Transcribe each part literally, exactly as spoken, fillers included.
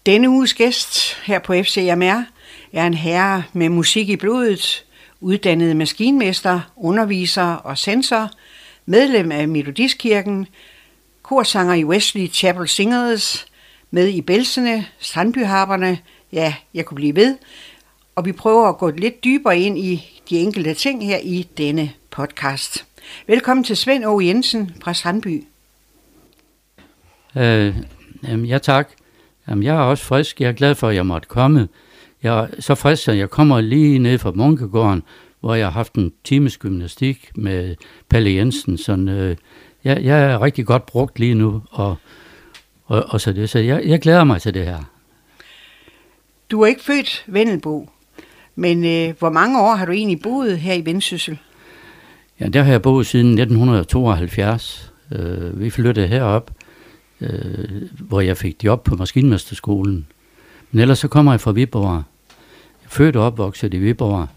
Denne uges gæst her på F C M R er en herre med musik i blodet, uddannet maskinmester, underviser og censor, medlem af Metodistkirken, korsanger i Wesley Chapel Singers, med i Belsene, Strandbyharperne, ja, jeg kunne blive ved. Og vi prøver at gå lidt dybere ind i de enkelte ting her i denne podcast. Velkommen til Svend Aage Jensen fra Strandby. Øh, jamen, ja tak. Jamen, jeg er også frisk. Jeg er glad for, at jeg måtte komme. Jeg er så frisk, at jeg kommer lige ned fra Munkegården, hvor jeg har haft en times gymnastik med Palle Jensen. Så øh, jeg, jeg er rigtig godt brugt lige nu, og, og, og så det. Så jeg, jeg glæder mig til det her. Du er ikke født Vendelbo, men øh, hvor mange år har du egentlig boet her i Vendsyssel? Ja, der har jeg boet siden nitten tooghalvfjerds. Øh, vi flyttede herop, øh, hvor jeg fik job på Maskinmesterskolen. Men ellers så kommer jeg fra Viborg. Jeg er født og opvokset i Viborg.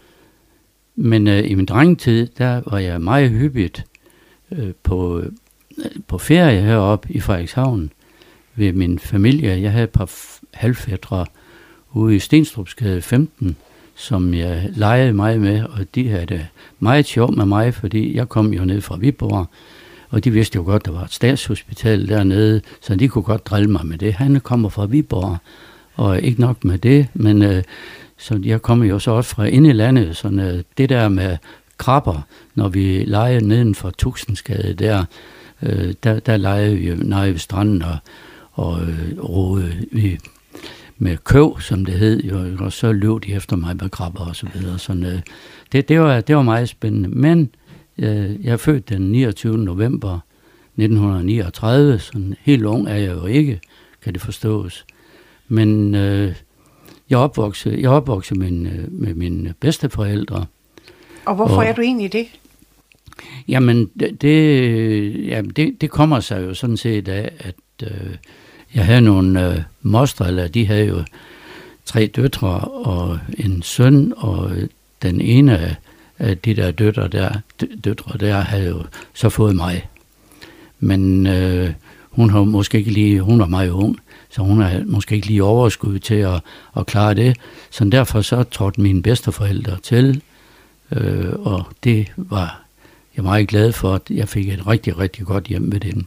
Men øh, i min drengetid, der var jeg meget hyppigt øh, på, øh, på ferie heroppe i Frederikshavn ved min familie. Jeg havde et par f- halvfætre ude i Stenstrupsgade femten, som jeg legede meget med, og de havde det meget sjovt med mig, fordi jeg kom jo ned fra Viborg, og de vidste jo godt, der var et statshospital dernede, så de kunne godt drille mig med det. Han kommer fra Viborg, og ikke nok med det, men øh, så jeg kommer jo så også fra inde i landet, så øh, det der med krabber, når vi legede neden for Tusindsgade der, øh, der, der legede vi jo nede ved stranden og, og øh, roede vi med køv, som det hed, jo, og så løb de efter mig med krabber og så videre. Sådan, øh, det, det, var, det var meget spændende. Men øh, jeg er født den niogtyvende november nitten niogtredive, sådan helt ung er jeg jo ikke, kan det forstås. Men øh, jeg er opvokset, jeg er opvokset med, med mine bedsteforældre. Og hvorfor og, er du egentlig det? Jamen, det, det, jamen det, det kommer sig jo sådan set af, at øh, jeg havde nogle øh, mostre, eller de havde jo tre døtre og en søn, og den ene af de der døtre der, døtre der havde jo så fået mig. Men øh, hun har måske ikke lige, hun var meget ung, så hun har måske ikke lige overskud til at, at klare det. Så derfor så trådte mine bedsteforældre til, øh, og det var jeg meget glad for, at jeg fik et rigtig, rigtig godt hjem med dem.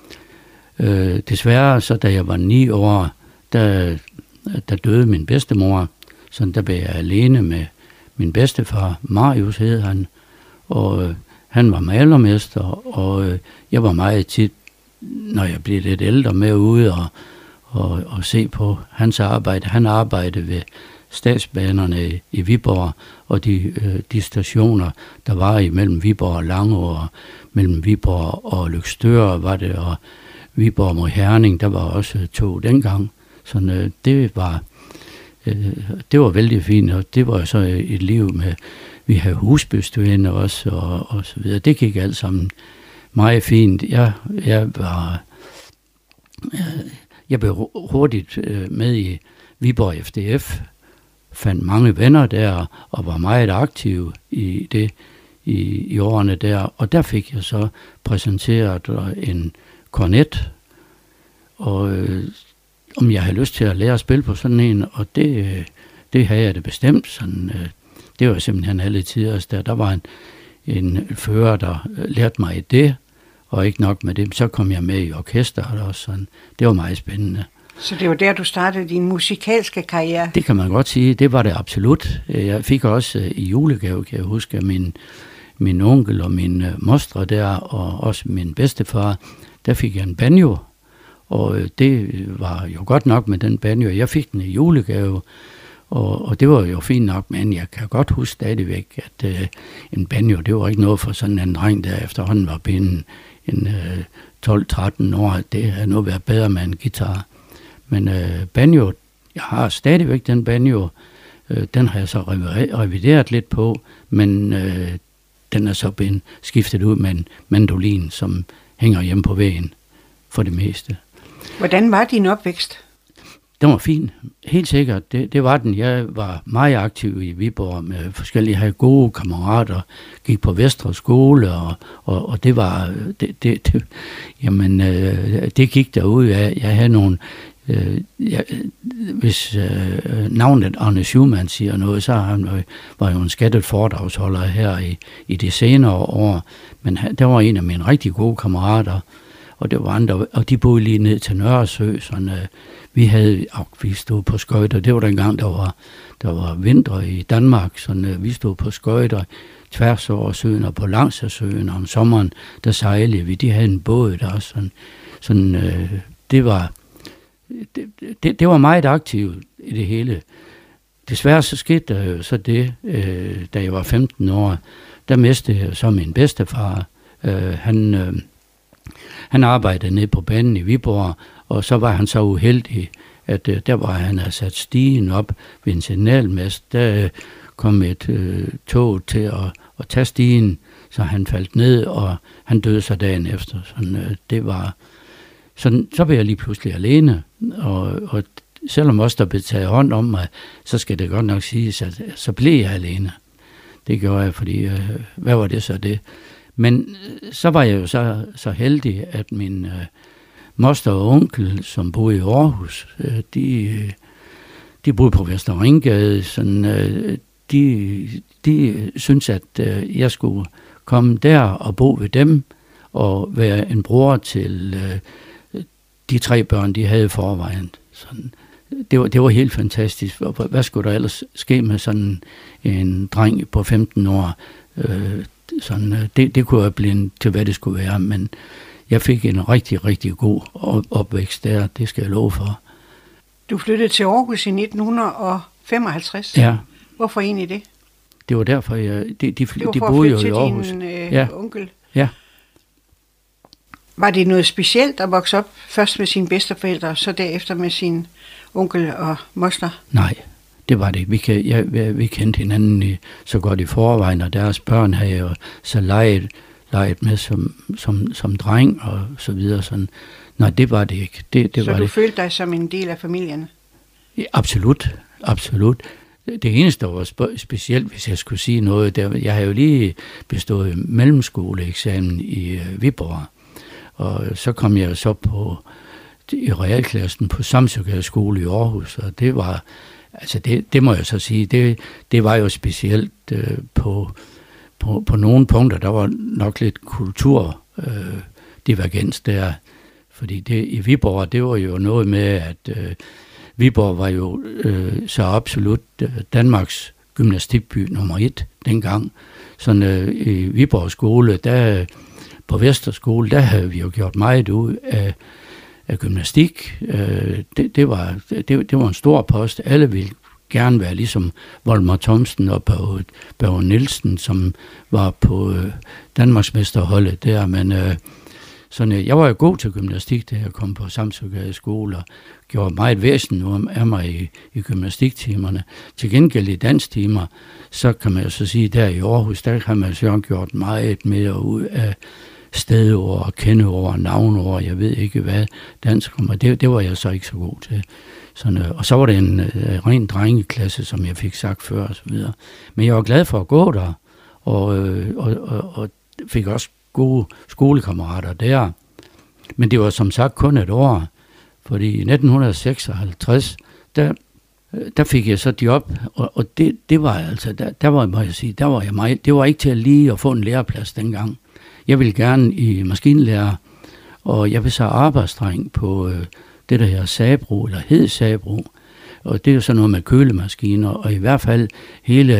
Øh, desværre, så da jeg var ni år, der, der døde min bedstemor, så der blev jeg alene med min bedstefar. Marius hed han, og øh, han var malermester, og øh, jeg var meget tit, når jeg blev lidt ældre, med ude og, og, og se på hans arbejde. Han arbejdede ved statsbanerne i, i Viborg, og de, øh, de stationer, der var imellem Viborg og Langå, mellem Viborg og Løgstør var det, og Viborg mod Herning, der var også tog dengang. Så øh, det var øh, det var vældig fint, og det var så et liv med, vi havde husbestuende også, og, og så videre. Det gik alt sammen meget fint. Jeg, jeg var jeg blev hurtigt med i Viborg F D F, fandt mange venner der, og var meget aktiv i det i, i årene der, og der fik jeg så præsenteret en kornet, og øh, om jeg havde lyst til at lære at spille på sådan en, og det, det havde jeg det bestemt. Sådan, øh, det var simpelthen alle tider. Der, der var en, en fører, der lærte mig det, og ikke nok med det, så kom jeg med i orkestret og sådan. Det var meget spændende. Så det var der, du startede din musikalske karriere? Det kan man godt sige. Det var det absolut. Jeg fik også uh, i julegave, kan jeg huske, min, min onkel og min uh, mostre der, og også min bedstefar, der fik jeg en banjo. Og uh, det var jo godt nok med den banjo. Jeg fik den i julegave, og, og det var jo fint nok, men jeg kan godt huske stadigvæk, at uh, en banjo, det var ikke noget for sådan en dreng, der efterhånden var på en, en uh, tolv tretten år. Det havde nu været bedre med en guitar. Men øh, banjo, jeg har stadigvæk den banjo, øh, den har jeg så revideret lidt på, men øh, den er så blevet skiftet ud med en mandolin, som hænger hjemme på væggen for det meste. Hvordan var din opvækst? Den var fin, helt sikkert. Det, det var den. Jeg var meget aktiv i Viborg med forskellige, havde gode kammerater, gik på Vestre skole, og, og, og det var, det, det, det, jamen, øh, det gik derude af. Jeg havde nogle øh, ja, hvis øh, navnet Arne Schumann siger noget, så han jo, var jo en skattet foredragsholder her i, i de senere år, men han, der var en af mine rigtig gode kammerater, og det var andre, og de boede lige ned til Nørresø, sådan, øh, vi havde, og vi stod på skøjter, det var dengang, der var, der var vinter i Danmark, sådan, øh, vi stod på skøjter tværs over søen og på langs af søen, og om sommeren, der sejlede vi, de havde en båd der, sådan, sådan øh, det var, det, det, det var meget aktivt i det hele. Desværre så skete der jo så det, øh, da jeg var femten år, der mistede jeg så min bedstefar, øh, han... Øh, Han arbejdede nede på banen i Viborg, og så var han så uheldig, at uh, der var han havde sat stigen op ved en signalmast. Der uh, kom et uh, tog til at, at tage stigen, så han faldt ned, og han døde så dagen efter. Sådan, uh, det var, sådan, så blev jeg lige pludselig alene, og, og selvom også der blev taget hånd om mig, så skal det godt nok siges, at så blev jeg alene. Det gjorde jeg, fordi uh, hvad var det så det? Men så var jeg jo så, så heldig, at min øh, moster og onkel, som boede i Aarhus, øh, de, de boede på Vester Ringgade, sådan, øh, de, de syntes, at øh, jeg skulle komme der og bo ved dem, og være en bror til øh, de tre børn, de havde i forvejen. Sådan, det, var, det var helt fantastisk. Hvad skulle der ellers ske med sådan en dreng på femten år? Øh, Sådan, det, det kunne have blivet til, hvad det skulle være, men jeg fik en rigtig, rigtig god opvækst der, det skal jeg love for. Du flyttede til Aarhus i nitten femoghalvtreds. Ja. Hvorfor egentlig det? Det var derfor, jeg, de, de, det var de for boede jo til i Aarhus. Din, øh, ja. onkel. Ja. Var det noget specielt at vokse op først med sine bedsteforældre, og så derefter med sin onkel og moster? Nej. Det var det. Vi, kan, ja, vi kendte hinanden i, så godt i forvejen, og deres børn havde jo så leget, leget med som, som, som dreng og så videre. Sådan. Nej, det var det ikke. Det, det så var du det. følte dig som en del af familien? Ja, absolut, absolut. Det eneste, der var spe- specielt, hvis jeg skulle sige noget, der, jeg har jo lige bestået mellemskoleeksamen i uh, Viborg, og så kom jeg så på i realklassen på Samsøgade skole i Aarhus, og det var Altså det, det må jeg så sige, det, det var jo specielt øh, på, på, på nogle punkter, der var nok lidt kulturdivergens øh, der, fordi det, i Viborg, det var jo noget med, at øh, Viborg var jo øh, så absolut øh, Danmarks gymnastikby nummer et dengang. Sådan øh, i Viborg skole, der, på Vesterskole, der havde vi jo gjort meget ud af af gymnastik. Det, det, var, det, det var en stor post. Alle ville gerne være ligesom Volmar Thomsen og Børge Nielsen, som var på Danmarksmesterholdet der. Men sådan, jeg var jo god til gymnastik, da jeg kom på Samsøgade skole, og gjorde meget væsen af mig i, i gymnastiktimerne. Til gengæld i danstimer, så kan man jo så sige, der i Aarhus, der har man så gjort meget mere ud af stedord, kendeord, navnord, jeg ved ikke hvad, dansk om, det, det var jeg så ikke så god til. Sådan, og så var det en uh, ren drengeklasse, som jeg fik sagt før og så videre. Men jeg var glad for at gå der, og, øh, og, og, og fik også gode skolekammerater der. Men det var som sagt kun et år, fordi i nitten seksoghalvtreds, der, der fik jeg så job, og, og det, det var altså, der, der var, må jeg sige, der var jeg meget, det var ikke til at lige at få en læreplads dengang. Jeg ville gerne i maskinlærer, og jeg vil så arbejdsdreng på øh, det, der hedder Sabro, eller hed Sabro. Og det er jo sådan noget med kølemaskiner, og i hvert fald hele,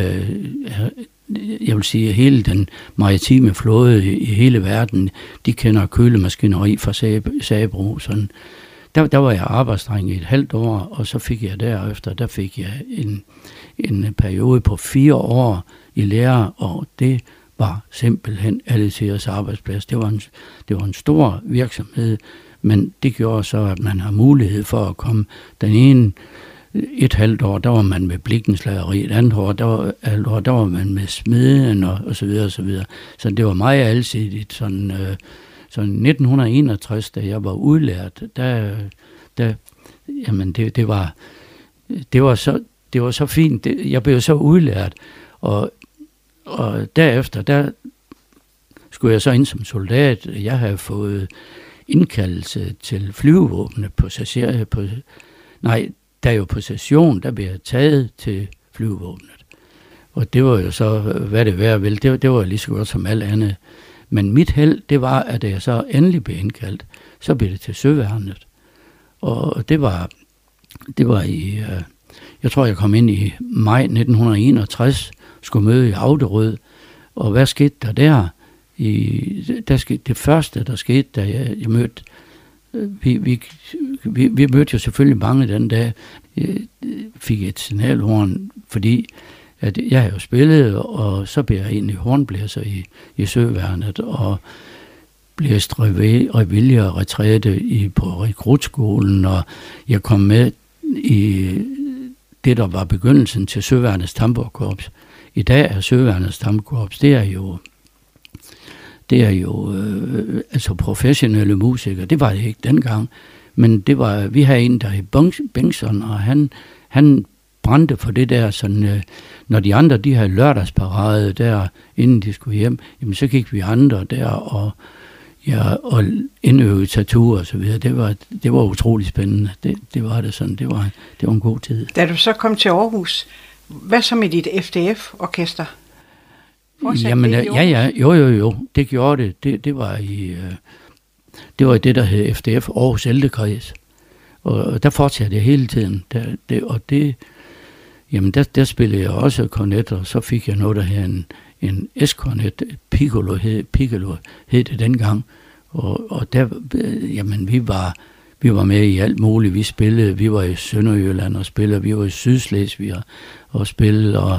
jeg vil sige, hele den maritime flåde i, i hele verden, de kender kølemaskineri fra Sabro. Sådan. Der, der var jeg arbejdsdreng i et halvt år, og så fik jeg derefter, der fik jeg en, en periode på fire år i lære, og det var simpelthen alle tiders arbejdsplads. Det var, en, det var en stor virksomhed, men det gjorde så, at man har mulighed for at komme den ene et halvt år, der var man med blikkenslageri, et andet år, der var, alt år, der var man med smeden og, og så videre og så videre. Så det var meget alsidigt. Sådan, øh, så nitten enogtres, da jeg var udlært, der, der jamen det, det var det var så det var så fint. Det, jeg blev så udlært, og og derefter, der skulle jeg så ind som soldat. Jeg havde fået indkaldelse til flyvevåbnet på, på nej, der er jo på session, der blev jeg taget til flyvevåbnet. Og det var jo så, hvad det var vel, det, det var lige så godt som alt andet. Men mit held, det var, at jeg så endelig blev indkaldt, så blev det til Søværnet. Og det var, det var i, jeg tror jeg kom ind i maj nitten enogtres, skulle møde i Auderød, og hvad skete der der? I, der skete, det første, der skete, da jeg, jeg mødte, vi, vi, vi, vi mødte jo selvfølgelig mange den dag, jeg fik et signalhorn, fordi at jeg havde jo spillet, og så blev jeg egentlig hornblæser i, i Søværnet, og blæst revilje og retræte i, på rekrutskolen, og jeg kom med i det, der var begyndelsen til Søværnets Tamburkorps. I dag er Søværnets Tamburkorps, det er jo det er jo øh, altså professionelle musikere. Det var det ikke dengang, men det var, vi havde en, der hed Bengtsson, og han, han brændte for det der, sådan, øh, når de andre, de havde lørdagsparade der, inden de skulle hjem, jamen så gik vi andre der, og, ja, og indøvede tattoo og så videre. Det var, det var utrolig spændende. Det, det var det sådan, det var, det var en god tid. Da du så kom til Aarhus, hvad så med dit F D F-orkester? Jamen, ja, ja, jo, jo, jo, det gjorde det. Det, det var i, øh, det var i det, der hed F D F, Aarhus Eltekreds. Og der fortsatte jeg hele tiden. Der, det, og det, jamen, der, der spillede jeg også kornet, og så fik jeg noget, der hed en, en S-kornet, Piccolo hed, Piccolo hed det dengang. Og, og der, jamen, vi var, vi var med i alt muligt. Vi spillede, vi var i Sønderjylland og spillede, vi var i Sydslesvig og spillede, og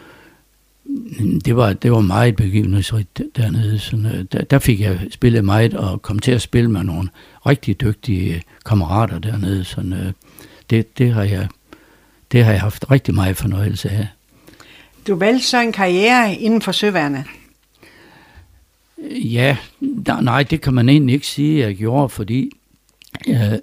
det var, det var meget begivenhedsrigt dernede. Så der, der fik jeg spillet meget og kom til at spille med nogle rigtig dygtige kammerater dernede. Så det, det, har jeg, det har jeg haft rigtig meget fornøjelse af. Du valgte så en karriere inden for Søværnet? Ja, nej, det kan man egentlig ikke sige, jeg gjorde, fordi jeg,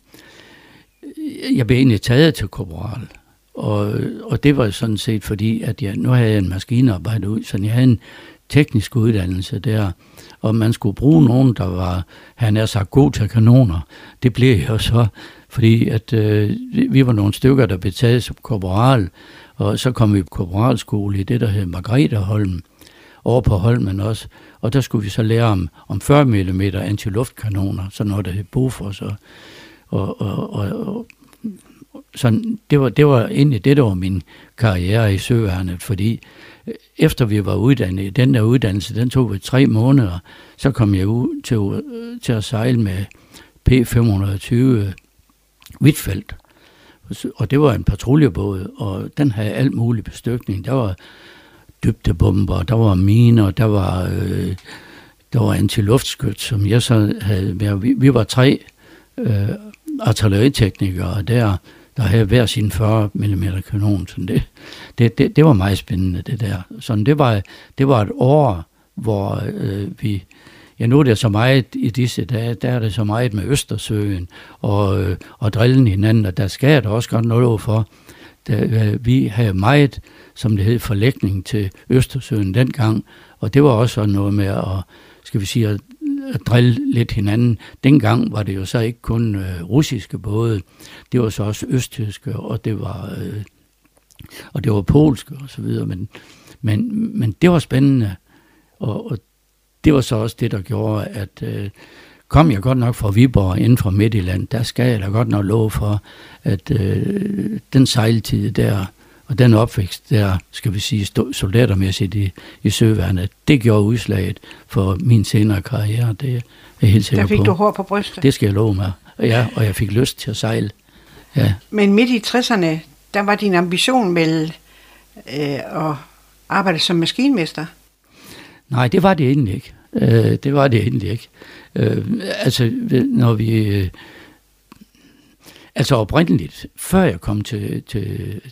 jeg blev egentlig taget til korporal. Og, og det var sådan set fordi, at jeg, nu havde jeg en maskinearbejde ud, så jeg havde en teknisk uddannelse der, og man skulle bruge nogen, der var, han er sagt, god til kanoner. Det blev jeg jo så, fordi at, øh, vi var nogle stykker, der blev taget som korporal, og så kom vi på korporalskole i det, der hed Margrethe-Holm, over på Holmen også, og der skulle vi så lære om, om fyrre millimeter antiluftkanoner, sådan noget, der hed Bofors, og, og, og, og, og sådan, det var, det var egentlig det, der var min karriere i Søværnet, fordi efter vi var uddannet, den der uddannelse, den tog vi tre måneder, så kom jeg ud til, til at sejle med P fem hundrede og tyve Huitfeldt, og det var en patruljebåd, og den havde alt mulig bestykning. Der var dybdebomber, der var miner, der var, øh, der var antiluftskyt, som jeg så havde med. Vi, vi var tre øh, artilleriteknikere der, der havde hver sin fyrre millimeter kanon. Så det, det, det, det var meget spændende, det der. Sådan, det, var, det var et år, hvor øh, vi... Ja, nu er det så meget i disse dage, der er det så meget med Østersøen og, øh, og drillen hinanden, og der skal der også godt noget for. Der, øh, vi havde meget, som det hed, forlægning til Østersøen dengang, og det var også noget med at, skal vi sige, at, at drille lidt hinanden. Dengang var det jo så ikke kun øh, russiske både, det var så også østtyske, og det var, øh, og det var polske og så videre, men, men, men det var spændende, og, og det var så også det, der gjorde, at øh, kom jeg godt nok fra Viborg inden fra Midtjylland, der skal jeg da godt nok love for, at øh, den sejltid der, og den opvækst der, skal vi sige, soldatermæssigt i, i Søværnet, det gjorde udslaget for min senere karriere, det er jeg helt sikker på. Der fik på. Du hår på brystet? Det skal jeg love mig, ja, og jeg fik lyst til at sejle. Ja. Men midt i tresserne, der var din ambition vel øh, at arbejde som maskinmester? Nej, det var det egentlig ikke. Øh, det var det egentlig ikke. Øh, altså, når vi... Øh, altså oprindeligt, før jeg kom til, til,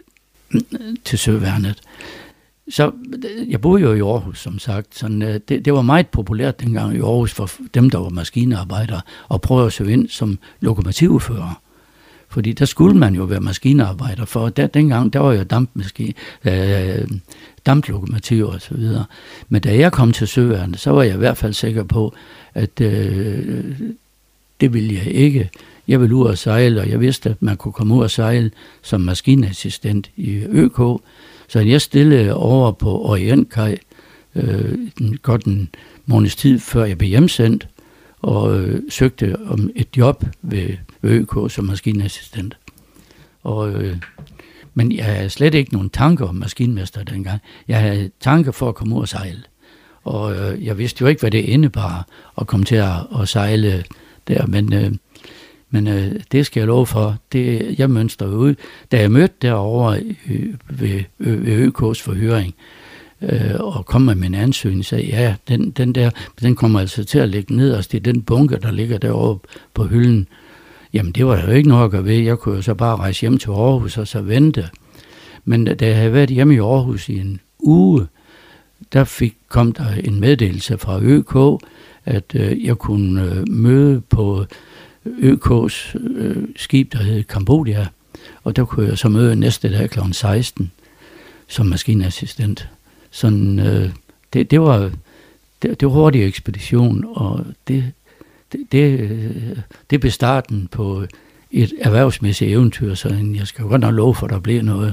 til Søværnet, så jeg boede jo i Aarhus, som sagt. Sådan, øh, det, det var meget populært dengang i Aarhus for dem, der var maskinearbejdere, og prøve at søge ind som lokomotivfører. Fordi der skulle man jo være maskinarbejder for. Der, dengang, der var jo dampmaskine, øh, damplokomotiver og så videre. Men da jeg kom til søværnet, så var jeg i hvert fald sikker på, at øh, det ville jeg ikke. Jeg ville ud og sejle, og jeg vidste, at man kunne komme ud og sejle som maskinassistent i Ø K. Så jeg stillede over på Orientkaj øh, godt en måneds tid, før jeg blev hjemsendt, og øh, søgte om et job ved, ved Ø K som maskinassistent. Og, øh, men jeg havde slet ikke nogen tanker om maskinmester dengang. Jeg havde tanker for at komme ud og sejle. Og øh, jeg vidste jo ikke, hvad det indebar at komme til at, at sejle der, men... Øh, Men øh, det skal jeg love for, det jeg mønster ud. Da jeg mødte derovre øh, ved, øh, ved Ø K's forhøring, øh, og kom med min ansøgning, sagde ja, den, den der, den kommer altså til at ligge nederst i den bunke, der ligger derovre på hylden. Jamen det var der jo ikke noget at gøre ved. Jeg kunne jo så bare rejse hjem til Aarhus og så vente. Men da jeg havde været hjemme i Aarhus i en uge, der fik, kom der en meddelelse fra Ø K, at øh, jeg kunne øh, møde på Ø K's øh, skib, der hed Cambodia, og der kunne jeg så møde næste dag klokken seksten som maskinassistent. Sådan, øh, det, det, var, det, det var hurtig ekspedition, og det, det, det, det blev starten på et erhvervsmæssigt eventyr, så jeg skal godt nok love for, at der bliver noget.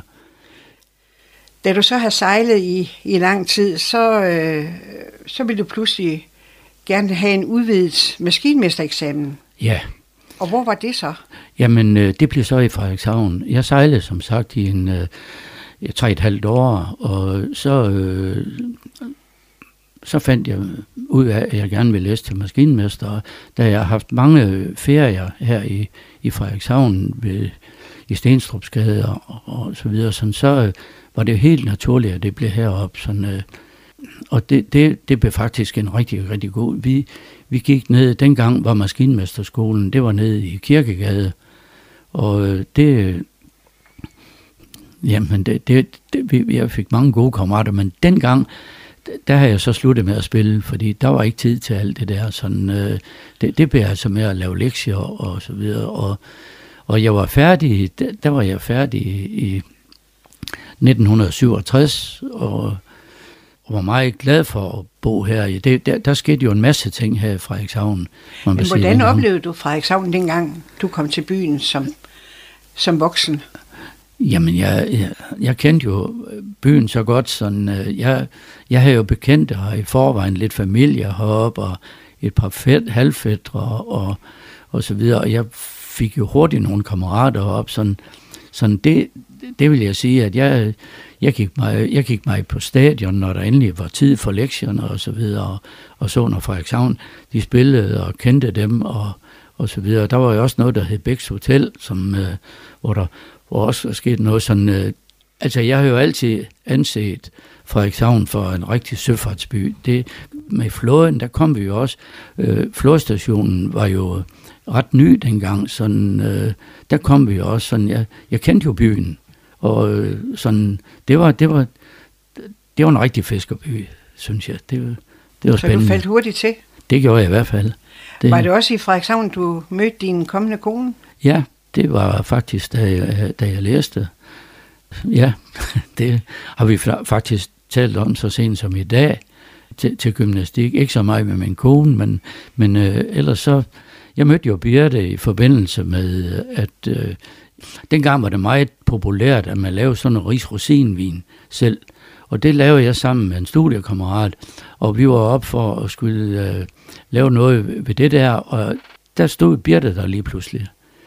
Da du så har sejlet i, i lang tid, så, øh, så vil du pludselig gerne have en udvidet maskinmestereksamen. Ja. Og hvor var det så? Jamen, det blev så i Frederikshavn. Jeg sejlede som sagt i en øh, tre et halvt år, og så, øh, så fandt jeg ud af, at jeg gerne ville læse til maskinmester. Da jeg har haft mange ferier her i, i Frederikshavn, ved, i Stenstrupsgade og, og så videre, sådan, så øh, var det helt naturligt, at det blev heroppe. Sådan, øh, og det, det, det blev faktisk en rigtig, rigtig god. Vi, vi gik ned, dengang var maskinmesterskolen, det var nede i Kirkegade, og det, jamen det, det, det, jeg fik mange gode kammerater, men dengang, der havde jeg så sluttet med at spille, fordi der var ikke tid til alt det der, sådan, det, det blev altså med at lave lektier og så videre, og, og jeg var færdig, der, der var jeg færdig i nitten syvogtres, og og var meget glad for at bo her. Det, der, der skete jo en masse ting her i Frederikshavn. Men hvordan oplevede du Frederikshavn dengang, du kom til byen som, som voksen? Jamen, jeg, jeg, jeg kendte jo byen så godt. Sådan, jeg, jeg havde jo bekendte her i forvejen, lidt familie heroppe, og et par fæt, halvfætre og, og, og så videre. Og jeg fik jo hurtigt nogle kammerater op. Sådan, sådan det, det vil jeg sige, at jeg... Jeg gik, mig, jeg gik mig på stadion, når der endelig var tid for lektierne og så videre, og, og så når Frederikshavn, de spillede og kendte dem og, og så videre. Der var jo også noget, der hed Bæks Hotel, som, øh, hvor der hvor også skete noget sådan... Øh, altså, jeg har jo altid anset Frederikshavn for en rigtig søfartsby. Det, med flåden, der kom vi jo også... Øh, flådestationen var jo ret ny dengang, sådan, øh, der kom vi jo også sådan... Jeg, jeg kendte jo byen. Og sådan, det var, det var, det var en rigtig fiskerby, synes jeg. Det, det var så spændende. Så du faldt hurtigt til? Det gjorde jeg i hvert fald. Det, var det også i Frederikshavn, du mødte din kommende kone? Ja, det var faktisk, da jeg, da jeg læste. Ja, det har vi faktisk talt om så sent som i dag til, til gymnastik. Ikke så meget med min kone, men, men øh, ellers så... Jeg mødte jo Birte i forbindelse med, at... Øh, dengang var det meget populært, at man lavede sådan en risrosinvin selv. Og det lavede jeg sammen med en studiekammerat. Og vi var op for at skulle øh, lave noget ved det der. Og der stod Birte der lige pludselig.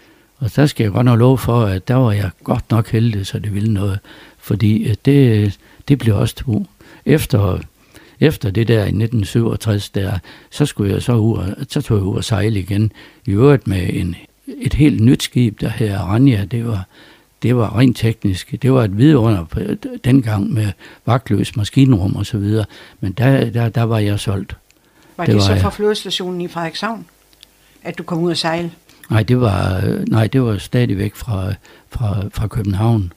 Og der skal jeg godt nok love for, at der var jeg godt nok heldig, så det ville noget. Fordi det, det blev også to. Efter, efter det der i nitten syvogtres, der, så, skulle jeg så, ud, så tog jeg ud og sejle igen. I øvrigt med en... et helt nyt skib, der her Aranya, det var, det var rent teknisk. Det var et vidunder dengang med vagtløs maskinrum og så videre. Men der, der, der var jeg solgt. Var det, det var så fra flådestationen i Frederikshavn, at du kom ud og sejle? Nej, det var, nej, det var stadigvæk fra, fra, fra København.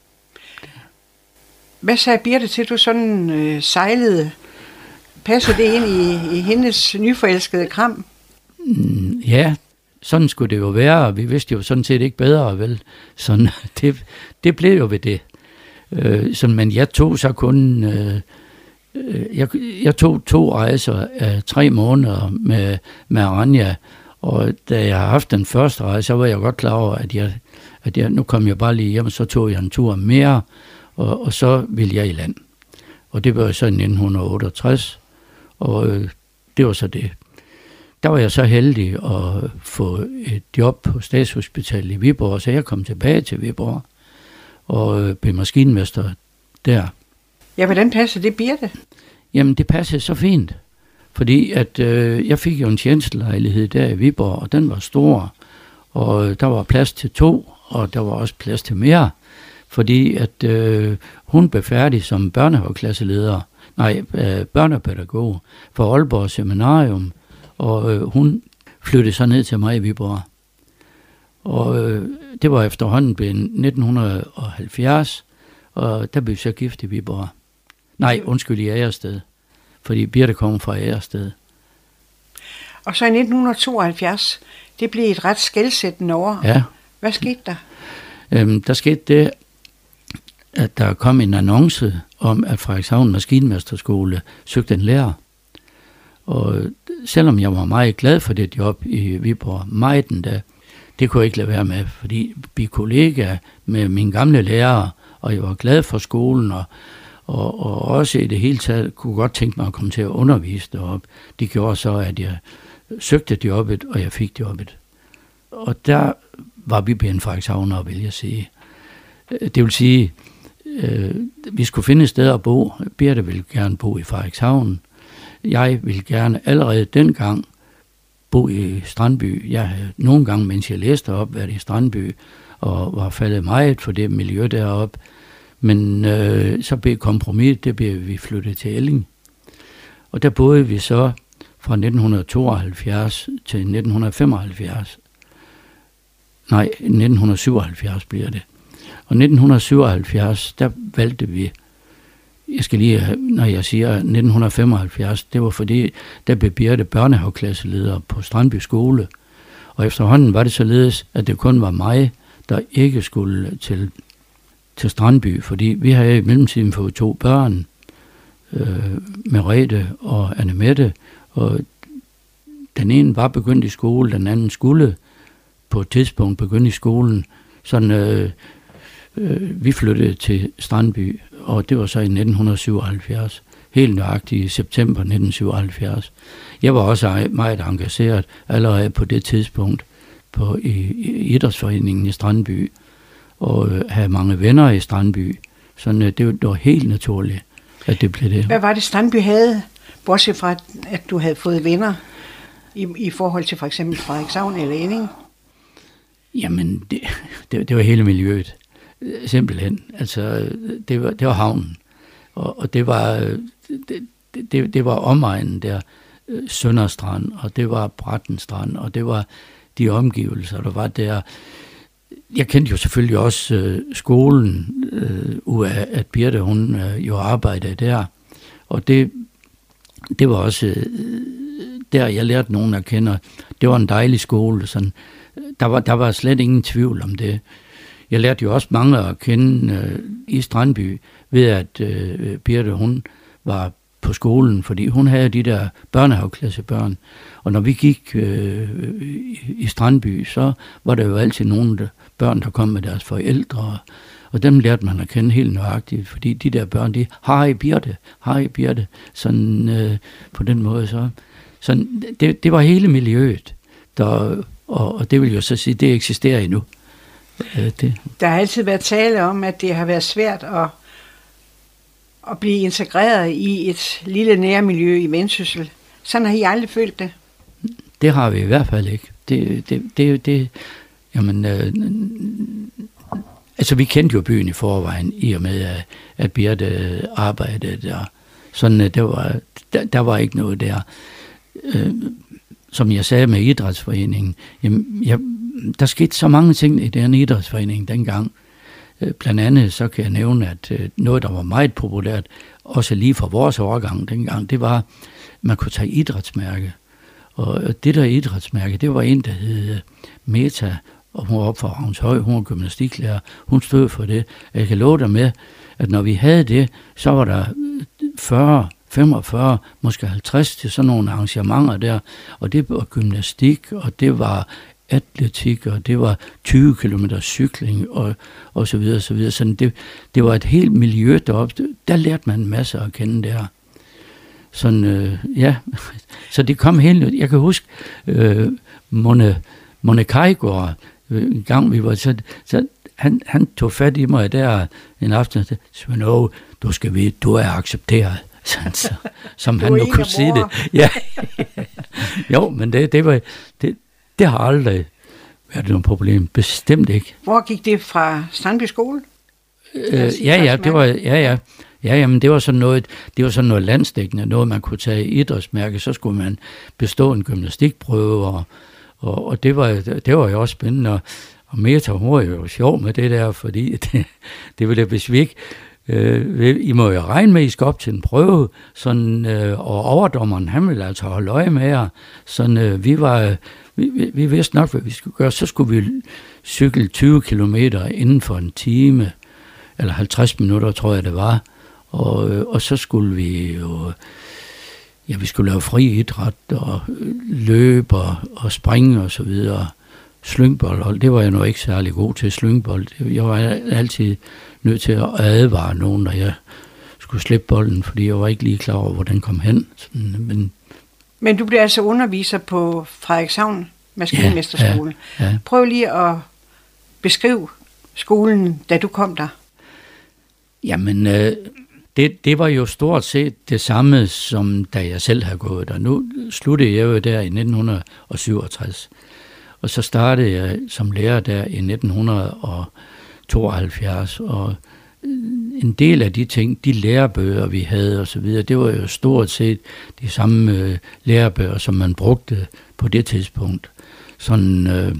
Hvad sagde Birte til, du sådan øh, sejlede? Passer det ind i, i hendes nyforelskede kram? Mm, ja, sådan skulle det jo være, og vi vidste jo sådan set ikke bedre, vel? Sådan, det, det blev jo ved det. Øh, sådan, men jeg tog så kun... Øh, jeg, jeg tog to rejser af tre måneder med, med Aranya, og da jeg har haft den første rejse, så var jeg godt klar over, at jeg, at jeg nu kom jeg bare lige hjem, og så tog jeg en tur mere, og, og så ville jeg i land. Og det var så i nitten otteogtres, og øh, det var så det. Der var jeg så heldig at få et job på Statshospitalet i Viborg, så jeg kom tilbage til Viborg og blev maskinmester der. Ja, hvordan passer det, Birthe? Jamen, det passede så fint, fordi at øh, jeg fik jo en tjenestelejlighed der i Viborg, og den var stor, og der var plads til to, og der var også plads til mere, fordi at øh, hun blev færdig som børnehaveklasseleder, nej, øh, børnepædagog for Aalborg Seminarium, og øh, hun flyttede så ned til mig i Viborg. Og øh, det var efterhånden blevet nitten halvfjerds, og der blev så gift i Viborg. Nej, undskyld, i Ærøsted, fordi Birthe kom fra Ærøsted. Og så i nitten tooghalvfjerds, det blev et ret skelsættende år. Ja. Hvad skete der? Øhm, der skete det, at der kom en annonce om, at Frederikshavn Maskinmesterskole søgte en lærer. Og selvom jeg var meget glad for det job i Viborg, meget endda, det kunne jeg ikke lade være med, fordi vi kollegaer med mine gamle lærere, og jeg var glad for skolen, og, og, og også i det hele taget kunne godt tænke mig at komme til at undervise deroppe. Det gjorde så, at jeg søgte jobbet, og jeg fik jobbet. Og der var vi blevet Frederikshavnere, vil jeg sige. Det vil sige, øh, vi skulle finde et sted at bo. Birthe ville gerne bo i Frederikshavn. Jeg ville gerne allerede dengang bo i Strandby. Jeg havde nogle gange, mens jeg læste op, været i Strandby, og var faldet meget for det miljø deroppe. Men øh, så blev kompromis, det blev vi flyttet til Elling. Og der boede vi så fra nitten tooghalvfjerds til nitten femoghalvfjerds. Nej, nitten syvoghalvfjerds bliver det. Og nitten syvoghalvfjerds, der valgte vi, jeg skal lige, når jeg siger nitten femoghalvfjerds, det var fordi, der blev Birthe børnehaveklasseleder på Strandby Skole. Og efterhånden var det således, at det kun var mig, der ikke skulle til, til Strandby, fordi vi havde i mellemtiden fået to børn, øh, Merete og Annemette, og den ene var begyndt i skole, den anden skulle på et tidspunkt begynde i skolen. Sådan, øh, øh, vi flyttede til Strandby, og det var så i nitten syvoghalvfjerds, helt nøjagtigt i september nitten syvoghalvfjerds. Jeg var også meget engageret allerede på det tidspunkt på, i, i idrætsforeningen i Strandby, og øh, havde mange venner i Strandby. Sådan, øh, det, det var helt naturligt, at det blev det. Hvad var det, Strandby havde, bortset fra, at du havde fået venner i, i forhold til for eksempel Frederikshavn eller Elling? Jamen, det, det, det var hele miljøet. Simpelthen. Altså, det var, det var havnen. Og, og det var det, det, det var omegnen der, Sønderstrand, og det var Brattenstrand, og det var de omgivelser, der var der. Jeg kendte jo selvfølgelig også øh, skolen, øh, ud af at Birthe, hun øh, jo arbejdede der. Og det, det var også øh, der, jeg lærte nogen at kende. Det var en dejlig skole. Sådan. Der, var, der var slet ingen tvivl om det. Jeg lærte jo også mange at kende øh, i Strandby, ved at øh, Birthe, hun var på skolen, fordi hun havde de der børnehaveklassebørn. Og når vi gik øh, i, i Strandby, så var der jo altid nogle der, børn, der kom med deres forældre, og dem lærte man at kende helt nøjagtigt, fordi de der børn, de har i Birthe, har i Birthe, sådan øh, på den måde. Så, sådan, det, det var hele miljøet, der, og, og det vil jo så sige, det eksisterer endnu. Det. Der har altid været tale om, at det har været svært at, at blive integreret i et lille nærmiljø i Vendsyssel. Sådan har I aldrig følt det? Det har vi i hvert fald ikke. Det, det, det, det, jamen, øh, altså vi kendte jo byen i forvejen, i og med, at, at Birthe arbejdede der. Sådan, der var, der, der var ikke noget der. Øh, som jeg sagde med idrætsforeningen, jamen, jeg, der skete så mange ting i den idrætsforening dengang. Blandt andet så kan jeg nævne, at noget, der var meget populært, også lige for vores årgang dengang, det var, at man kunne tage idrætsmærke. Og det der idrætsmærke, det var en, der hed Meta, og hun var op fra Ravnshøj, hun var gymnastiklærer, hun stod for det. Jeg kan love dig med, at når vi havde det, så var der fyrre, femogfyrre, måske halvtreds til sådan nogle arrangementer der, og det var gymnastik, og det var atletik, og det var tyve kilometer cykling, og, og så videre, så videre. Så det, det var et helt miljø deroppe. Der lærte man en masse at kende der. Sådan, øh, ja. Så det kom helt. Jeg kan huske, øh, Mone, Mone Kajgaard, en gang vi var, så, så han, han tog fat i mig der en aften, og sagde, Svend, du skal vide, du er accepteret. Så, som han nu kunne sige det. Ja. Jo, men det, det var, det, det har aldrig været noget problem. Bestemt ikke. Hvor gik det fra Strandby Skole? Øh, ja, ja, det var, ja, ja. Ja, jamen det var sådan noget, det var sådan noget landsdækkende, noget man kunne tage i idrætsmærke, så skulle man bestå en gymnastikprøve, og, og, og det, var, det var jo også spændende, og, og Meta, hun var jo sjov med det der, fordi det, det ville hvis vi ikke, øh, I må jo regne med, at I skal op til en prøve, sådan, øh, og overdommeren, han ville altså holde øje med jer, sådan, øh, vi var, vi, vi, vi vidste nok, hvad vi skulle gøre, så skulle vi cykle tyve kilometer inden for en time, eller halvtreds minutter, tror jeg det var. Og, og så skulle vi jo, ja, vi skulle lave fri idræt og løbe og, og springe og så videre. Slyngbold, det var jeg nu ikke særlig god til, slyngbold. Jeg var altid nødt til at advare nogen, når jeg skulle slippe bolden, fordi jeg var ikke lige klar over, hvor den kom hen. Men, Men du blev altså underviser på Frederikshavn Maskinmesterskole. Ja, ja. Prøv lige at beskrive skolen, da du kom der. Jamen, øh, det, det var jo stort set det samme, som da jeg selv havde gået der. Nu sluttede jeg jo der i nitten syvogtres, og så startede jeg som lærer der i nitten tooghalvfjerds, og en del af de ting, de lærebøger, vi havde og så videre, det var jo stort set de samme øh, lærebøger, som man brugte på det tidspunkt. Sådan, øh,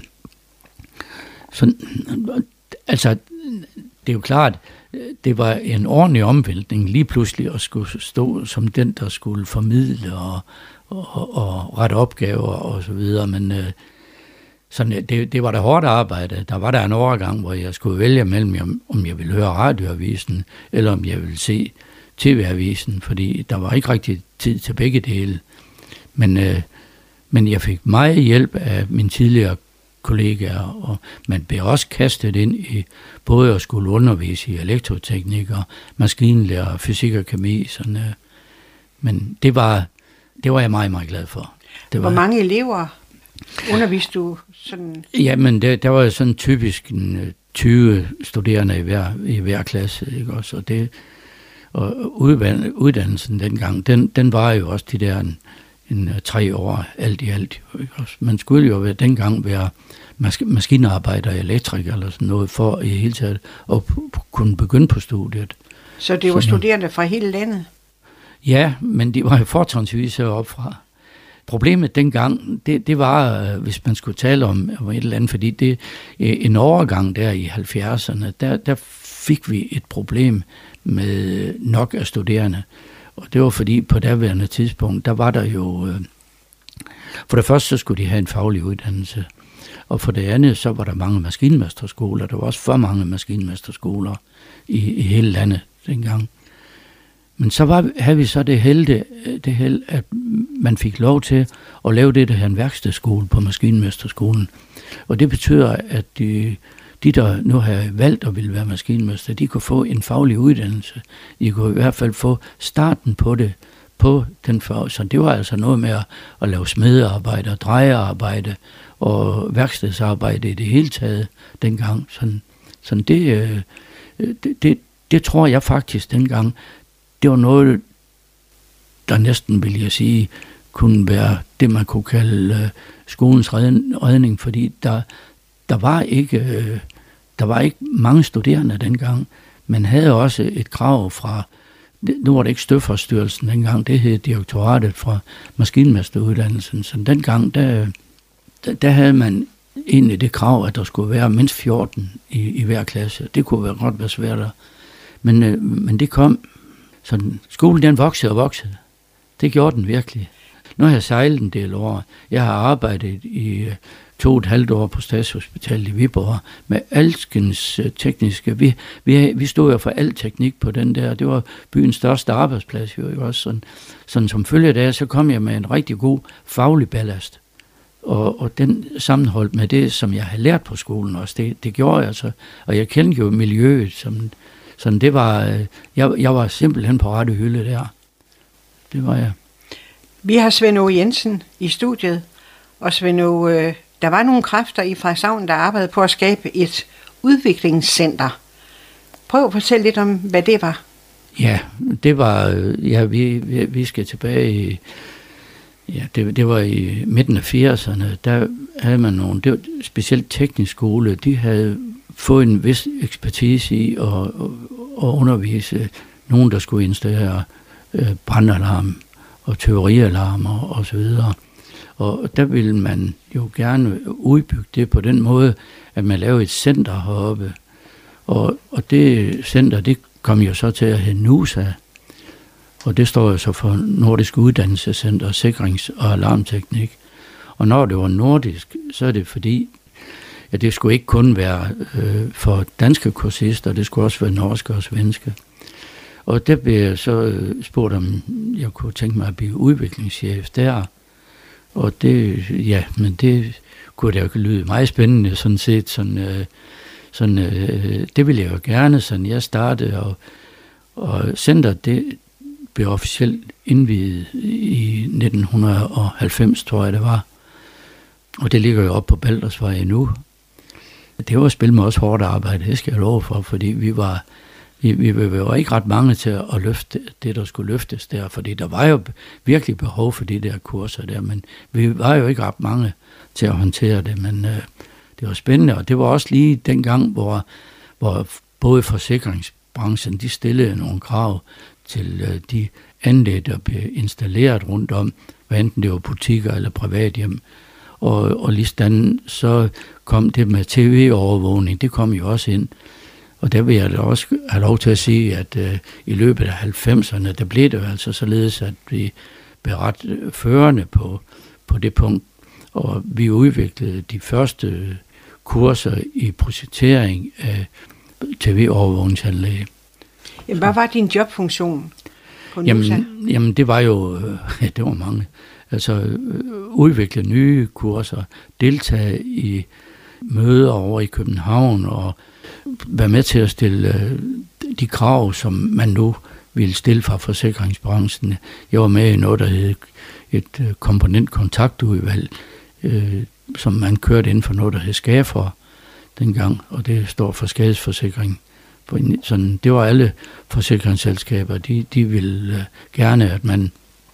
sådan, altså, det er jo klart, det var en ordentlig omvæltning lige pludselig at skulle stå som den, der skulle formidle og, og, og rette opgaver og så videre, men øh, sådan, det, det var da hårdt arbejde. Der var der en overgang, hvor jeg skulle vælge mellem, om, om jeg ville høre radioavisen, eller om jeg ville se tv-avisen, fordi der var ikke rigtig tid til begge dele. Men, øh, men jeg fik meget hjælp af mine tidligere kollegaer, og man blev også kastet ind i både at skulle undervise i elektroteknik og maskinlærer, fysik og kemi. Sådan, øh. Men det var, det var jeg meget, meget glad for. Det var, Hvor mange elever underviste du sådan? Jamen, der, der var sådan typisk en, tyve studerende i hver, i hver klasse, ikke også? Og, det, og uddannelsen dengang, den, den var jo også de der en, en tre år alt i alt. Ikke også? Man skulle jo være, dengang være mas- maskinarbejder, elektriker eller sådan noget, for i hele taget at p- kunne begynde på studiet. Så det var sådan, studerende fra hele landet? Ja, men de var jo fortrinsvis heroppe fra. Problemet dengang, det, det var, hvis man skulle tale om, om et eller andet, fordi det en overgang der i halvfjerdserne, der, der fik vi et problem med nok af studerende. Og det var fordi på daværende tidspunkt, der var der jo, for det første så skulle de have en faglig uddannelse, og for det andet så var der mange maskinmesterskoler, der var også for mange maskinmesterskoler i, i hele landet dengang. Men så var, havde vi så det held, det held, at man fik lov til at lave det, der hedder en værkstedsskole på maskinmesterskolen. Og det betyder, at de, de der nu har valgt at ville være maskinmester, de kunne få en faglig uddannelse. De kunne i hvert fald få starten på det, på den fag. Så det var altså noget med at, at lave smedearbejde og drejearbejde og værkstedsarbejde i det hele taget dengang. Sådan, sådan det, det, det, det tror jeg faktisk dengang, det var noget, der næsten, vil jeg sige, kunne være det, man kunne kalde uh, skolens redning, fordi der, der, var ikke, uh, der var ikke mange studerende dengang. Man havde også et krav fra, nu var det ikke Støvforstyrrelsen dengang, det hed direktoratet fra maskinmesteruddannelsen, så dengang, der, der, der havde man egentlig det krav, at der skulle være mindst fjorten i, i hver klasse. Det kunne være godt være svært, men, uh, men det kom. Så skolen, den voksede og voksede. Det gjorde den virkelig. Nu har jeg sejlet en del år. Jeg har arbejdet i to og et halvt år på Statshospitalet i Viborg med alskens tekniske. Vi, vi, vi stod jo for al teknik på den der. Det var byens største arbejdsplads. Jo, også sådan, sådan som følge af, så kom jeg med en rigtig god faglig ballast. Og, og den sammenholdt med det, som jeg havde lært på skolen også, det, det gjorde jeg altså. Og jeg kendte jo miljøet, som, sådan det var, jeg, jeg var simpelthen på rette hylde der. Det var jeg. Vi har Svend Aage Jensen i studiet, og Svend Aage, der var nogle kræfter i Frederikshavn, der arbejdede på at skabe et udviklingscenter. Prøv at fortælle lidt om, hvad det var. Ja, det var, ja, vi, vi, vi skal tilbage i, ja, det, det var i midten af firserne, der havde man nogle, det var specielt teknisk skole, de havde fået en vis ekspertise i at, at, at undervise nogen, der skulle installere øh, brandalarm og teorialarmer og så videre. Og der ville man jo gerne udbygge det på den måde, at man lavede et center heroppe. Og, og det center, det kom jo så til at hedde NUSA. Og det står jo så for Nordisk Uddannelsescenter, Sikrings- og Alarmteknik. Og når det var nordisk, så er det fordi, at det skulle ikke kun være øh, for danske kursister, det skulle også være norske og svenske. Og der blev jeg så spurgt, om jeg kunne tænke mig at blive udviklingschef der. Og det, ja, men det kunne da jo lyde meget spændende, sådan set. Sådan, øh, sådan, øh, det ville jeg jo gerne, sådan jeg startede. Og, og centret, det blev officielt indviet i nitten halvfems, tror jeg det var. Og det ligger jo oppe på Baldersvej endnu. Det var spil med også hårdt arbejde, det skal jeg love for, fordi vi var... Vi, vi var ikke ret mange til at løfte det, der skulle løftes der, fordi der var jo virkelig behov for de der kurser der, men vi var jo ikke ret mange til at håndtere det, men øh, det var spændende, og det var også lige den gang, hvor, hvor både forsikringsbranchen, de stillede nogle krav til øh, de anlæg, der blev installeret rundt om, hvad enten det var butikker eller privathjem, og, og lige sådan, så kom det med T V-overvågning, det kom jo også ind. Og der vil jeg da også have lov til at sige, at øh, i løbet af halvfemserne, der blev det jo altså således, at vi blev ret førende på, på det punkt. Og vi udviklede de første kurser i projektering af T V-overvågningsanlæg. Jamen, hvad var din jobfunktion på NUSA? Jamen, jamen det var jo, ja, det var mange. Altså udvikle nye kurser, deltage i møder over i København og være med til at stille de krav, som man nu ville stille fra forsikringsbranchen. Jeg var med i noget, der hed et komponentkontaktudvalg, øh, som man kørte inden for noget, der hed SKAFOR dengang, og det står for skadesforsikring. Sådan, det var alle forsikringsselskaber, de, de ville øh, gerne, at man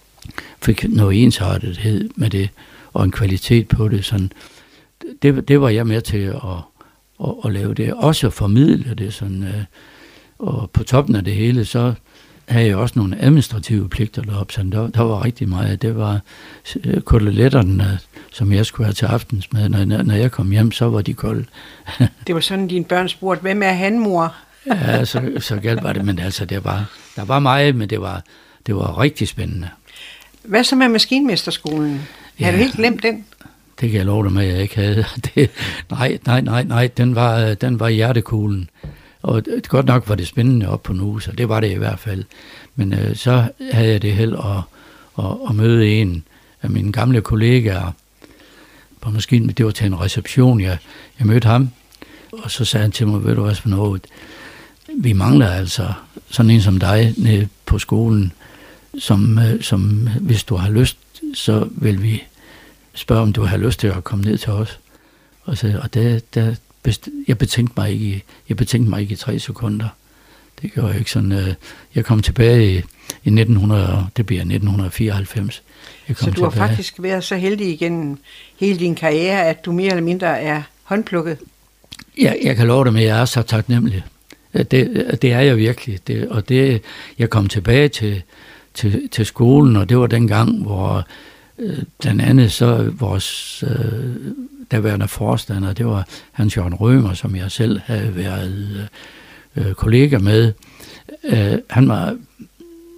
fik noget ensartethed med det, og en kvalitet på det. Sådan, det, det var jeg med til at Og, og lave det, også formidle det sådan, øh, og på toppen af det hele, så havde jeg også nogle administrative pligter deroppe, så der, der var rigtig meget. Det var øh, koteletterne, som jeg skulle have til aftensmad. Når, når jeg kom hjem, så var de kolde. Det var sådan, dine børn spurgte, hvem er han, mor? Ja, så, så galt var det, men altså, det var, der var meget, men det var, det var rigtig spændende. Hvad så med maskinmesterskolen? Ja. Har du helt glemt den? Det kan jeg love dig med, at jeg ikke havde. Det, nej, nej, nej, nej, den var, den var hjertekuglen. Og det, godt nok var det spændende op på NUSA, det var det i hvert fald. Men øh, så havde jeg det held at, at, at møde en af mine gamle kollegaer på maskinen. Det var til en reception, jeg, jeg mødte ham. Og så sagde han til mig, ved du hvad for noget, vi mangler altså sådan en som dig nede på skolen, som, som hvis du har lyst, så vil vi spørge, om du har lyst til at komme ned til os. Og, så, og det, der, jeg, betænkte mig ikke, jeg betænkte mig ikke i tre sekunder. Det gjorde jeg ikke sådan. Jeg kom tilbage i, i nitten hundrede, det bliver nitten fireoghalvfems. Jeg kom så du har tilbage. faktisk været så heldig igennem hele din karriere, at du mere eller mindre er håndplukket? Ja, jeg kan love dig med, at jeg er så taknemmelig. Det, det er jeg virkelig. Det, og det, jeg kom tilbage til, til, til skolen, og det var den gang, hvor øh, blandt andet så vores øh, daværende forstander, det var Hans Jørgen Rømer, som jeg selv havde været øh, kollega med. Øh, han var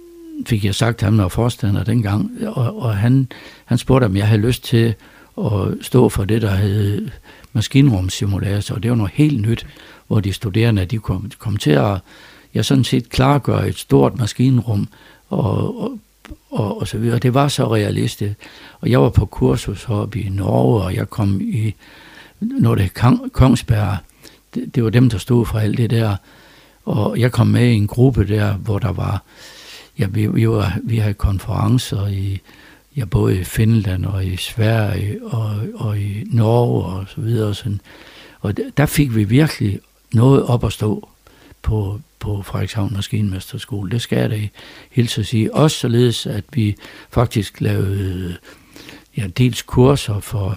fik jeg sagt til ham, der var forstander dengang, og, og han, han spurgte, om jeg havde lyst til at stå for det, der hed maskinrumssimulator, og det var noget helt nyt, hvor de studerende, de kom, kom til at, jeg sådan set klargøre et stort maskinrum, og, og, og, og så videre. Det var så realistisk. Og jeg var på kursus oppe i Norge, og jeg kom i, når det er Kongsberg, det, det var dem, der stod for alt det der, og jeg kom med i en gruppe der, hvor der var, ja, vi, vi, var, vi havde konferencer i, ja, både i Finland og i Sverige og, og i Norge og så videre. Og, sådan. Og der fik vi virkelig noget op at stå på, på Frederikshavn Maskinmesterskole. Det skal jeg da hilse at sige. Også således, at vi faktisk lavede, ja, dels kurser for,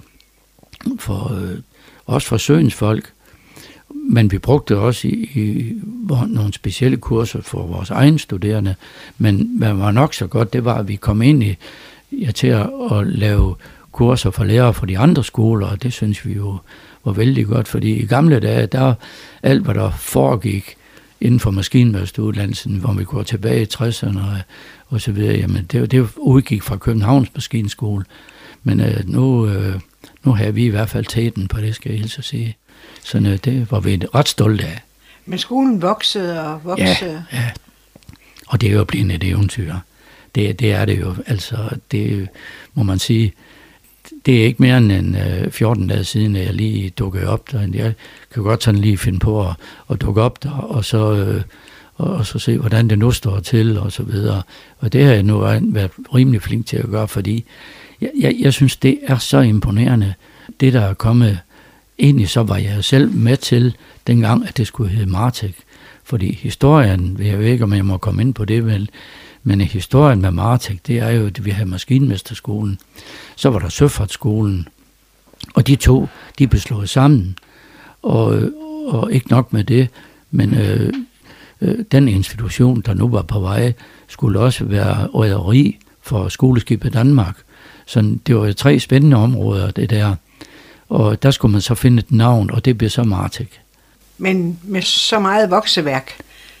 for øh, også for søens folk, men vi brugte også i, i nogle specielle kurser for vores egne studerende. Men hvad var nok så godt, det var, at vi kom ind i, ja, til at, at lave kurser for lærere fra de andre skoler, og det synes vi jo var vældig godt, fordi i gamle dage, der alt, hvad der foregik inden for maskinmesteruddannelsen, hvor vi går tilbage i tresserne og, og så videre, jamen det, det udgik fra Københavns Maskinskole. Men øh, nu, øh, nu har vi i hvert fald tæten på det, skal jeg hilse at sige. Så øh, det var vi ret stolte af. Men skolen voksede og voksede. Ja, ja. Og det er jo blevet et eventyr. Det, det er det jo. Altså, det må man sige, det er ikke mere end en, øh, fjorten dage siden, at jeg lige dukkede op der. Jeg kan godt sådan lige finde på at, at dukke op der, og så, øh, og, og så se, hvordan det nu står til, og så videre. Og det har jeg nu været rimelig flink til at gøre, fordi jeg, jeg, jeg synes, det er så imponerende, det der er kommet. Egentlig så var jeg selv med til dengang, at det skulle hedde Martek. Fordi historien, jeg ved ikke, om jeg må komme ind på det, vel, men historien med Martek, det er jo, at vi havde Maskinmesterskolen. Så var der Søfartsskolen, og de to, de blev slået sammen. Og, og ikke nok med det, men øh, øh, den institution, der nu var på vej, skulle også være rederi for Skoleskibet Danmark. Så det var tre spændende områder, det der. Og der skulle man så finde et navn, og det blev så Martek. Men med så meget vokseværk,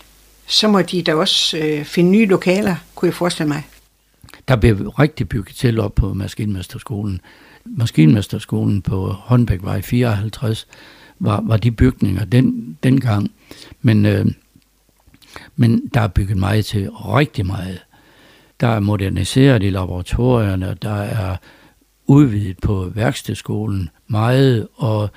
så må de da også øh, finde nye lokaler, kunne jeg forestille mig. Der blev rigtig bygget til op på Maskinmesterskolen. Maskinmesterskolen på Håndbækvej fireoghalvtreds var, var de bygninger den, dengang. Men, øh, men der er bygget meget til, rigtig meget. Der er moderniseret i laboratorierne, der er udvidet på værkstedsskolen meget, og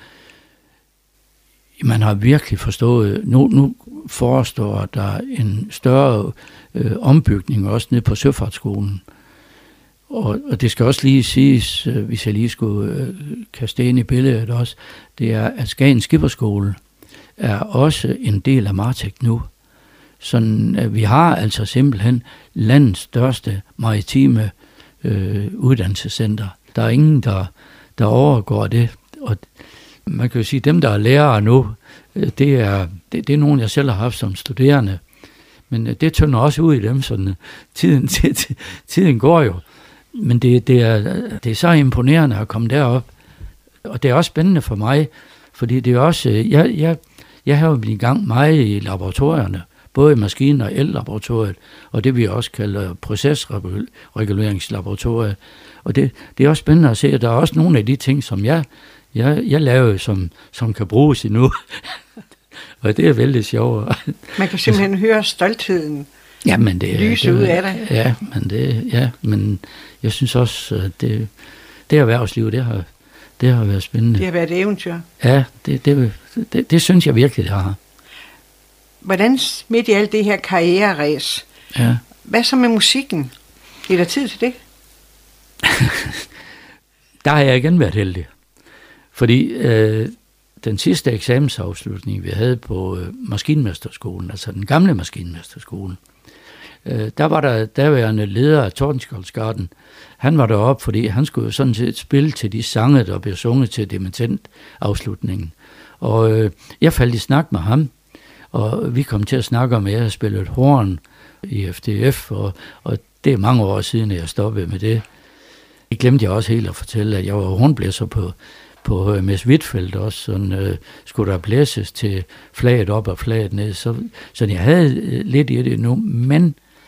man har virkelig forstået, nu, nu forestår der en større øh, ombygning også nede på Søfartsskolen. Og, og det skal også lige siges, øh, hvis jeg lige skulle øh, kaste ind i billedet også, det er, at Skagen Skipperskole er også en del af Martek nu. Sådan, at vi har altså simpelthen landets største maritime øh, uddannelsescenter. Der er ingen, der, der overgår det. Og man kan jo sige, at dem, der er lærere nu, det er, det, det er nogen, jeg selv har haft som studerende. Men det tynder også ud i dem, sådan tiden, tiden går jo. Men det, det, er, det er så imponerende at komme derop. Og det er også spændende for mig, fordi det er også, jeg, jeg, jeg har jo blivet i gang meget i laboratorierne, både i maskinen- og el-laboratoriet, og det vi også kalder procesreguleringslaboratoriet. Og det, det er også spændende at se, at der er også nogle af de ting, som jeg, jeg, jeg laver, som, som kan bruges endnu. Og det er vældig sjovt. Man kan simpelthen høre stoltheden ja, men det, lyse det, ud af det. Ja, men det, ja, men jeg synes også, at det, det erhvervsliv, det har, det har været spændende. Det har været et eventyr. Ja, det, det, det, det synes jeg virkelig, det har. Hvordan midt i alt det her karriereræs, ja. Hvad så med musikken? Er der tid til det? Der har jeg igen været heldig. Fordi øh, den sidste eksamensafslutning, vi havde på øh, Maskinmesterskolen, altså den gamle Maskinmesterskole, øh, der var der derværende leder af Tordenskjoldsgarden. Han var deroppe, fordi han skulle sådan set spille til de sange, der blev sunget til dimittentafslutningen. Og øh, jeg faldt i snak med ham, og vi kom til at snakke om, at jeg havde spillet horn i F D F, og, og det er mange år siden, at jeg stoppede med det. Det glemte jeg også helt at fortælle, at jeg var hornblæser på, på M S Huitfeldt også, sådan øh, skulle der blæses til flaget op og flaget ned, så, så jeg havde lidt i det nu, men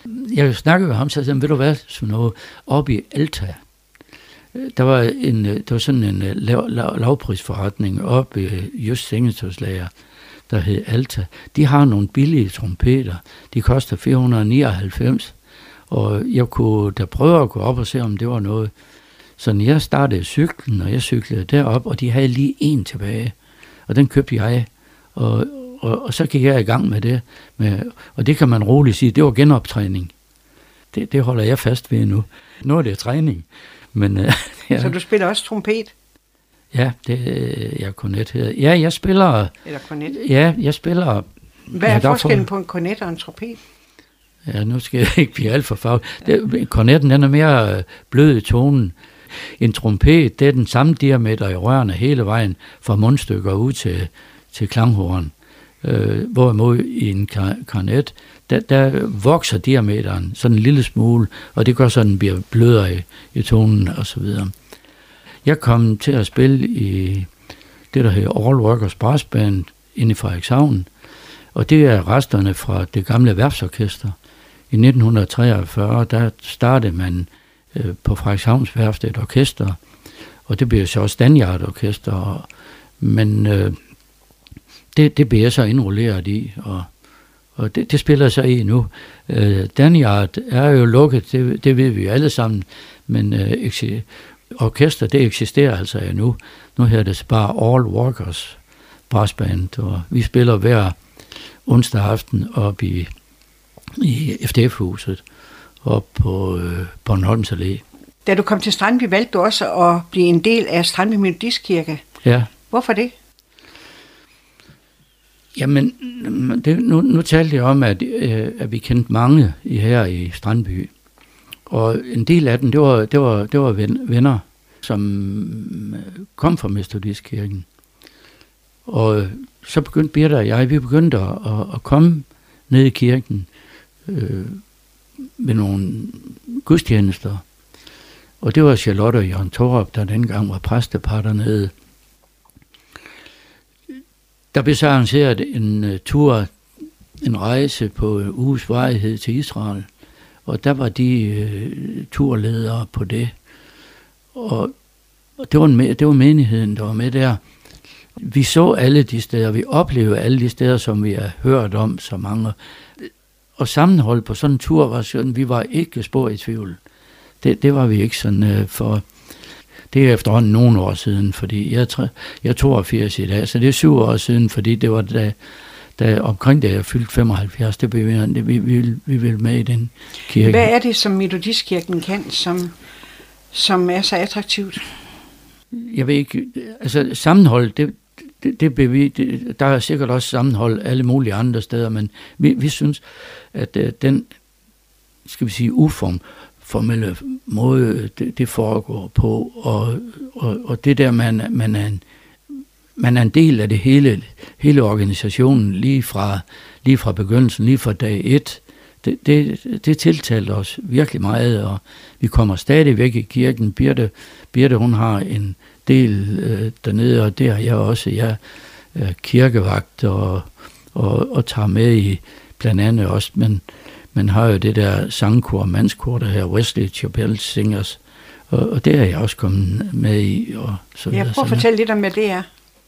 Jeg snakkede med ham, så jeg sagde, ved du hvad, sådan noget, oppe i Alta, der var, en, der var sådan en lav, lav, lavprisforretning oppe i Just Sengetøjslager, der hed Alta. De har nogle billige trompeter. De koster fire hundrede og nioghalvfems, og jeg kunne da prøve at gå op og se, om det var noget. Så jeg startede cyklen, og jeg cyklede derop, og de havde lige en tilbage. Og den købte jeg, og, og, og så gik jeg i gang med det. Med, og det kan man roligt sige, det var genoptræning. Det, det holder jeg fast ved nu. Nu er det træning. Men, øh, ja. Så du spiller også trompet? Ja, det er kornet her. Ja, jeg spiller... Eller kornet? Ja, jeg spiller... Hvad er ja, forskellen på en kornet og en trompet? Ja, nu skal jeg ikke blive alt for faglig. Kornetten, den er mere blød i tonen. En trompet, det er den samme diameter i rørene hele vejen fra mundstykker ud til, til klanghoren. Øh, hvorimod i en kornet, der, der vokser diameteren sådan en lille smule, og det gør så, at den bliver blødere i, i tonen og så videre. Jeg kom til at spille i det, der hedder All Workers Brass Band inde i Frederikshavn, og det er resterne fra det gamle værftsorkester. I nitten treogfyrre, der startede man øh, på Frederikshavns Værft et orkester, og det blev så også Danyard Orkester, men øh, det, det blev jeg så indrulleret i, og, og det, det spiller jeg så i nu. Øh, Danyard er jo lukket, det, det ved vi jo alle sammen, men øh, orkester, det eksisterer altså endnu. Nu her er det bare All Workers Brass Band, og vi spiller hver onsdag aften op i, i F D F-huset, op på øh, Bornholms Allé. Da du kom til Strandby, valgte du også at blive en del af Strandby Metodistkirke. Ja. Hvorfor det? Jamen, det, nu, nu talte jeg om, at, øh, at vi kendte mange i, her i Strandby. Og en del af dem, det var, det var, det var venner, som kom fra Metodistkirken. Og så begyndte Birte og jeg, vi begyndte at, at komme ned i kirken øh, med nogle gudstjenester. Og det var Charlotte og Jørgen Thorup, der dengang var præstepar dernede. Der blev så arrangeret en uh, tur, en rejse på uh, uges varighed til Israel. Og der var de uh, turledere på det. Og, og det, var en, det var menigheden, der var med der. Vi så alle de steder, vi oplevede alle de steder, som vi har hørt om så mange. Og sammenhold på sådan en tur var sådan, vi var ikke spor i tvivl. Det, det var vi ikke sådan uh, for... Det er efterhånden nogle år siden, fordi jeg, jeg er toogfirs i dag, så det er syv år siden, fordi det var da, da omkring da jeg fyldte femoghalvfjerds, det blev vi, vi, vi, vi ville med i den kirke. Hvad er det, som Metodistkirken kan, som, som er så attraktivt? Jeg ved ikke, altså sammenhold, det, det, det, det, det, der er sikkert også sammenhold alle mulige andre steder, men vi, vi synes, at uh, den, skal vi sige, uform, formelle måde, det, det foregår på, og, og, og det der, man, man, er en, man er en del af det hele, hele organisationen, lige fra, lige fra begyndelsen, lige fra dag et, det, det, det tiltalte os virkelig meget, og vi kommer stadigvæk i kirken. Birte, Birte hun har en del øh, dernede, og det har jeg også. Jeg er kirkevagt og, og, og tager med i blandt andet også, men man har jo det der sangkor, mandskor, der her Wesley Chapel Singers, og, og det er jeg også kommet med i. Og så ja, prøv at fortælle lidt om, hvad det er.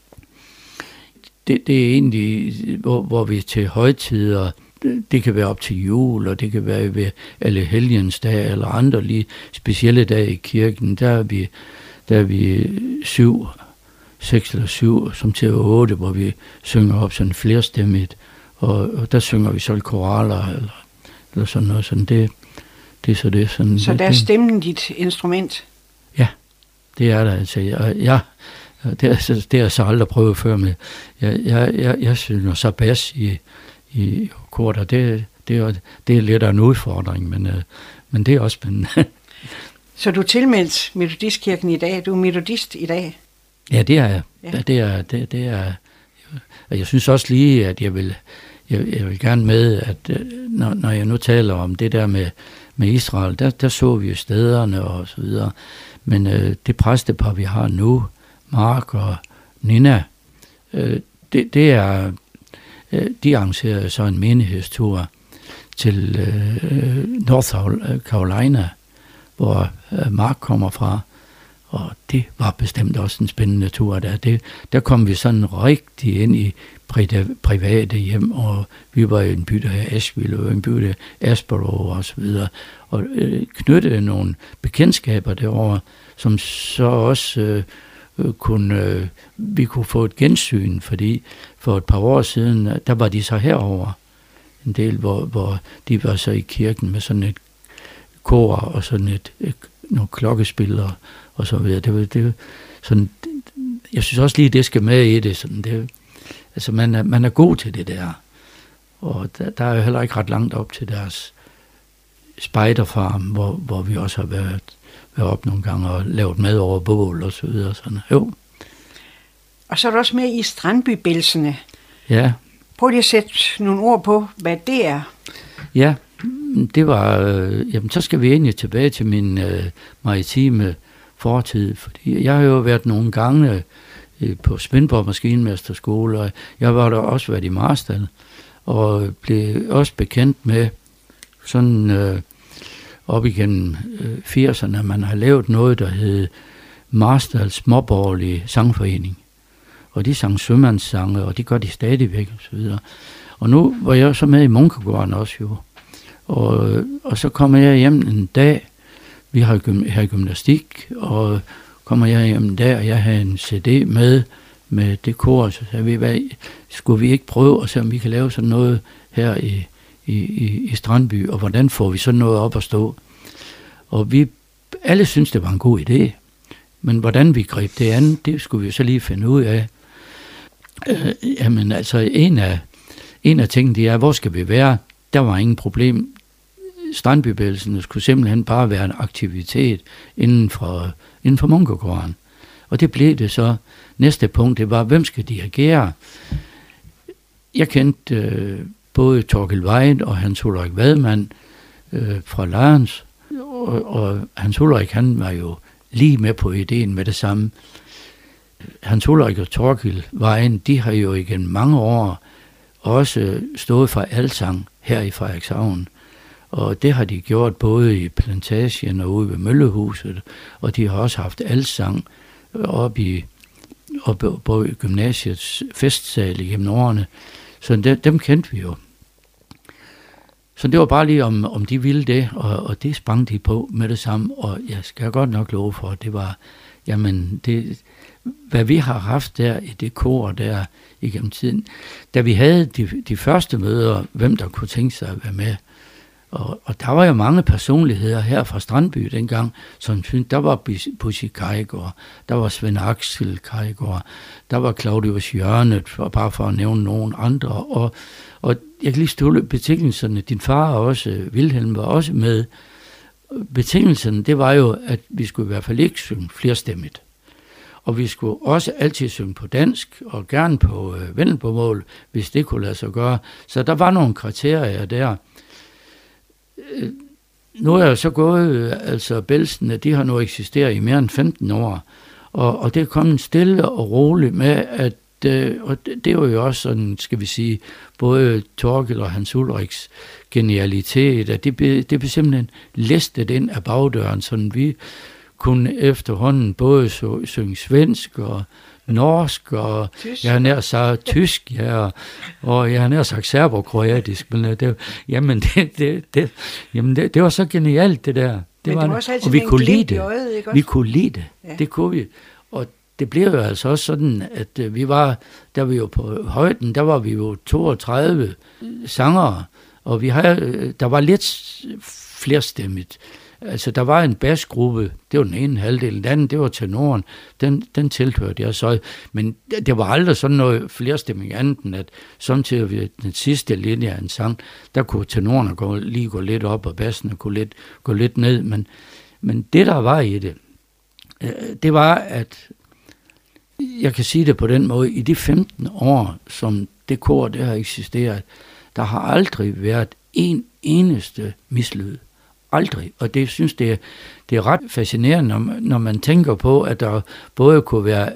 Det, det er egentlig, hvor, hvor vi til højtider, det, det kan være op til jul, og det kan være ved alle helgensdag, eller andre lige specielle dage i kirken, der er vi, der er vi syv, seks eller syv, som til otte, hvor vi synger op sådan flerstemmigt, og, og der synger vi så koraler, eller eller sådan noget, sådan det, det er så det. Sådan, så det, der er stemmen dit instrument? Ja, det er der altså. Jeg, jeg, det, er, det har jeg så aldrig prøvet før med. Jeg, jeg, jeg, jeg synes så bas i, i kort, og det, det, er, det er lidt af en udfordring, men, men det er også spændende. Så du er tilmeldt Metodistkirken i dag? Du er metodist i dag? Ja, det er jeg. Ja. Det er, det, det er, og jeg synes også lige, at jeg vil... Jeg, jeg vil gerne med, at når, når jeg nu taler om det der med, med Israel, der, der så vi jo stederne og så videre. Men øh, det præstepar, vi har nu, Mark og Nina, øh, det, det er, øh, de arrangerer så en menighedstur til øh, North Carolina, hvor øh, Mark kommer fra. Og det var bestemt også en spændende tur der. Det, der kom vi sådan rigtig ind i private hjem, og vi var i en by, der hed Asheville, og en by, der Asborough og så videre, og øh, knyttede nogle bekendtskaber derovre, som så også øh, kunne, øh, vi kunne få et gensyn, fordi for et par år siden, der var de så herover en del, hvor, hvor de var så i kirken med sådan et kor og sådan et, et nogle klokkespil og, og så videre. Det, det, sådan, jeg synes også lige, det skal med i det. Sådan, det altså, man er, man er god til det der. Og der, der er jo heller ikke ret langt op til deres spejderfarm, hvor, hvor vi også har været, været op nogle gange og lavet mad over bål og så videre. Sådan. Jo. Og så er du også med i Strandbybælsene. Ja. Prøv lige at sætte nogle ord på, hvad det er. Ja, det var, øh, jamen så skal vi egentlig tilbage til min øh, maritime fortid, fordi jeg har jo været nogle gange øh, på Svendborg Maskinmesterskole, og jeg var der også været i Marstal, og blev også bekendt med sådan øh, op igennem øh, firserne, man har lavet noget, der hed Marstal Småborgerlige Sangforening. Og de sang sømandssange, og de gør de stadigvæk, og så videre. Og nu var jeg så med i Munkegården også jo. Og, og så kommer jeg hjem en dag, vi har gym, her gymnastik, og kommer jeg hjem en dag, og jeg havde en C D med, med det kor, så sagde vi, hvad, skulle vi ikke prøve at se, om vi kan lave sådan noget her i, i, i, i Strandby, og hvordan får vi sådan noget op at stå? Og vi alle synes det var en god idé, men hvordan vi greb det an, det skulle vi så lige finde ud af. Øh, jamen altså, en af, en af tingene, det er, hvor skal vi være? Der var ingen problem. Strandbybælsene skulle simpelthen bare være en aktivitet inden for, inden for Munkegården. Og det blev det så. Næste punkt, det var, hvem skal dirigere? Jeg kendte øh, både Torkild Wein og Hans Ulrik Vadmann øh, fra Lions, og, og Hans Ulrik, han var jo lige med på ideen med det samme. Hans Ulrik og Torkild Wein, de har jo igen mange år også stået for alsang her i Frederikshavn. Og det har de gjort både i Plantagen og ude ved Møllehuset, og de har også haft alsang oppe i, oppe, oppe i gymnasiets festsal igennem årene. Så de, dem kendte vi jo. Så det var bare lige, om, om de ville det, og, og det sprang de på med det samme. Og jeg skal godt nok love for, at det var, jamen, det, hvad vi har haft der i det kor der igennem tiden. Da vi havde de, de første møder, hvem der kunne tænke sig at være med. Og, og der var jo mange personligheder her fra Strandby dengang, som syntes, der var Pussy Kajgaard, der var Svend Axel Kajgaard, der var Claudius Jørnet, for, bare for at nævne nogle andre. Og, og jeg kan lige stole betingelserne. Din far også, Wilhelm, var også med. Betingelserne, det var jo, at vi skulle i hvert fald ikke synge flerstemmigt. Og vi skulle også altid synge på dansk, og gerne på øh, vendelbomål, hvis det kunne lade sig gøre. Så der var nogle kriterier der. Øh, nu er jeg så gået, øh, altså bælsene, de har nu eksisteret i mere end femten år, og, og det er kommet stille og roligt med, at øh, og det, det var jo også sådan, skal vi sige, både Torkild og Hans Ulriks genialitet, at det blev, det blev simpelthen læstet ind af bagdøren, sådan vi kunne efterhånden både så, synge svensk og norsk, og tysk. Jeg har nær sagt tysk, ja, og, og jeg har nær sagt serbokroatisk, men det, jamen, det, det, det, jamen det, det var så genialt, det der. Det var, var og vi kunne lide det. Øjet, vi kunne lide det. Ja. Det kunne vi. Og det blev jo altså også sådan, at vi var, der var jo på højden, der var vi jo toogtredive sangere, og vi havde, der var lidt flerstemmigt. Altså, der var en basgruppe, det var den ene halvdel, den anden, det var tenoren, den, den tilhørte jeg så, men det var aldrig sådan noget flerstemming andet end, at samtidig ved den sidste linje af en sang, der kunne tenoren gå, lige gå lidt op, og bassene kunne lidt, gå lidt ned, men, men det, der var i det, det var, at jeg kan sige det på den måde, i de femten år, som det kor, der har eksisteret, der har aldrig været en eneste mislyd. Aldrig. Og det synes det er, det er ret fascinerende, når, når man tænker på, at der både kunne være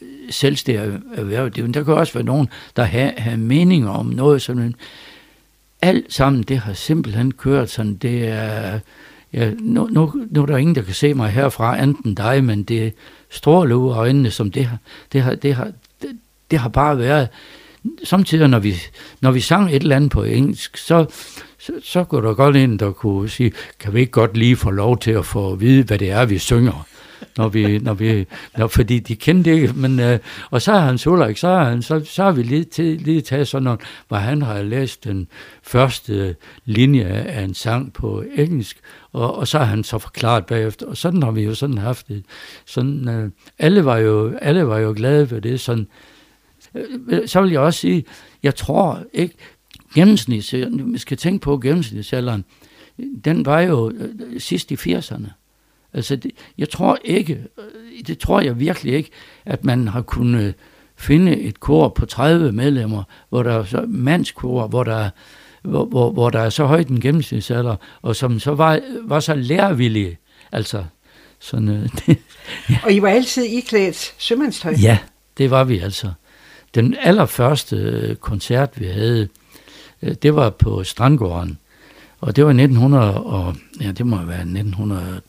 selvstændige erhverv. Der kan også være nogen, der har, har meninger om noget sådan. alt sammen, det har simpelthen kørt sådan, det er, ja, nu, nu, nu er der ingen, der kan se mig herfra, enten dig, men det stråler ud af øjnene, som det har, det har, det har, det, det har bare været. Samtidig, når vi, når vi sang et eller andet på engelsk, så, så, så kunne der godt ind, der kunne sige, kan vi ikke godt lige få lov til at få at vide, hvad det er, vi synger? Når vi, når vi, når, fordi de kendte ikke, men, øh, og så har han Ulrik, så har, han, så, så har vi lige, til, lige taget sådan noget, hvor han har læst den første linje af en sang på engelsk, og, og så har han så forklaret bagefter, og sådan har vi jo sådan haft det. Sådan, øh, alle, var jo, alle var jo glade ved det, sådan. Så vil jeg også sige, jeg tror ikke, gennemsnitsalderen, vi skal tænke på gennemsnitsalderen, den var jo øh, sidst i firserne. Altså, det, jeg tror ikke, det tror jeg virkelig ikke, at man har kunnet finde et kor på tredive medlemmer, hvor der er så mandskor, hvor der, hvor, hvor, hvor der er så højt en gennemsnitsalder, og som så var, var så lærvillige. Altså, sådan, øh, det, ja. Og I var altid iklædt sømandstøj? Ja, det var vi altså. Den allerførste koncert, vi havde, det var på Strandgården. Og det var nitten hundrede, og ja, det må være nitten hundrede,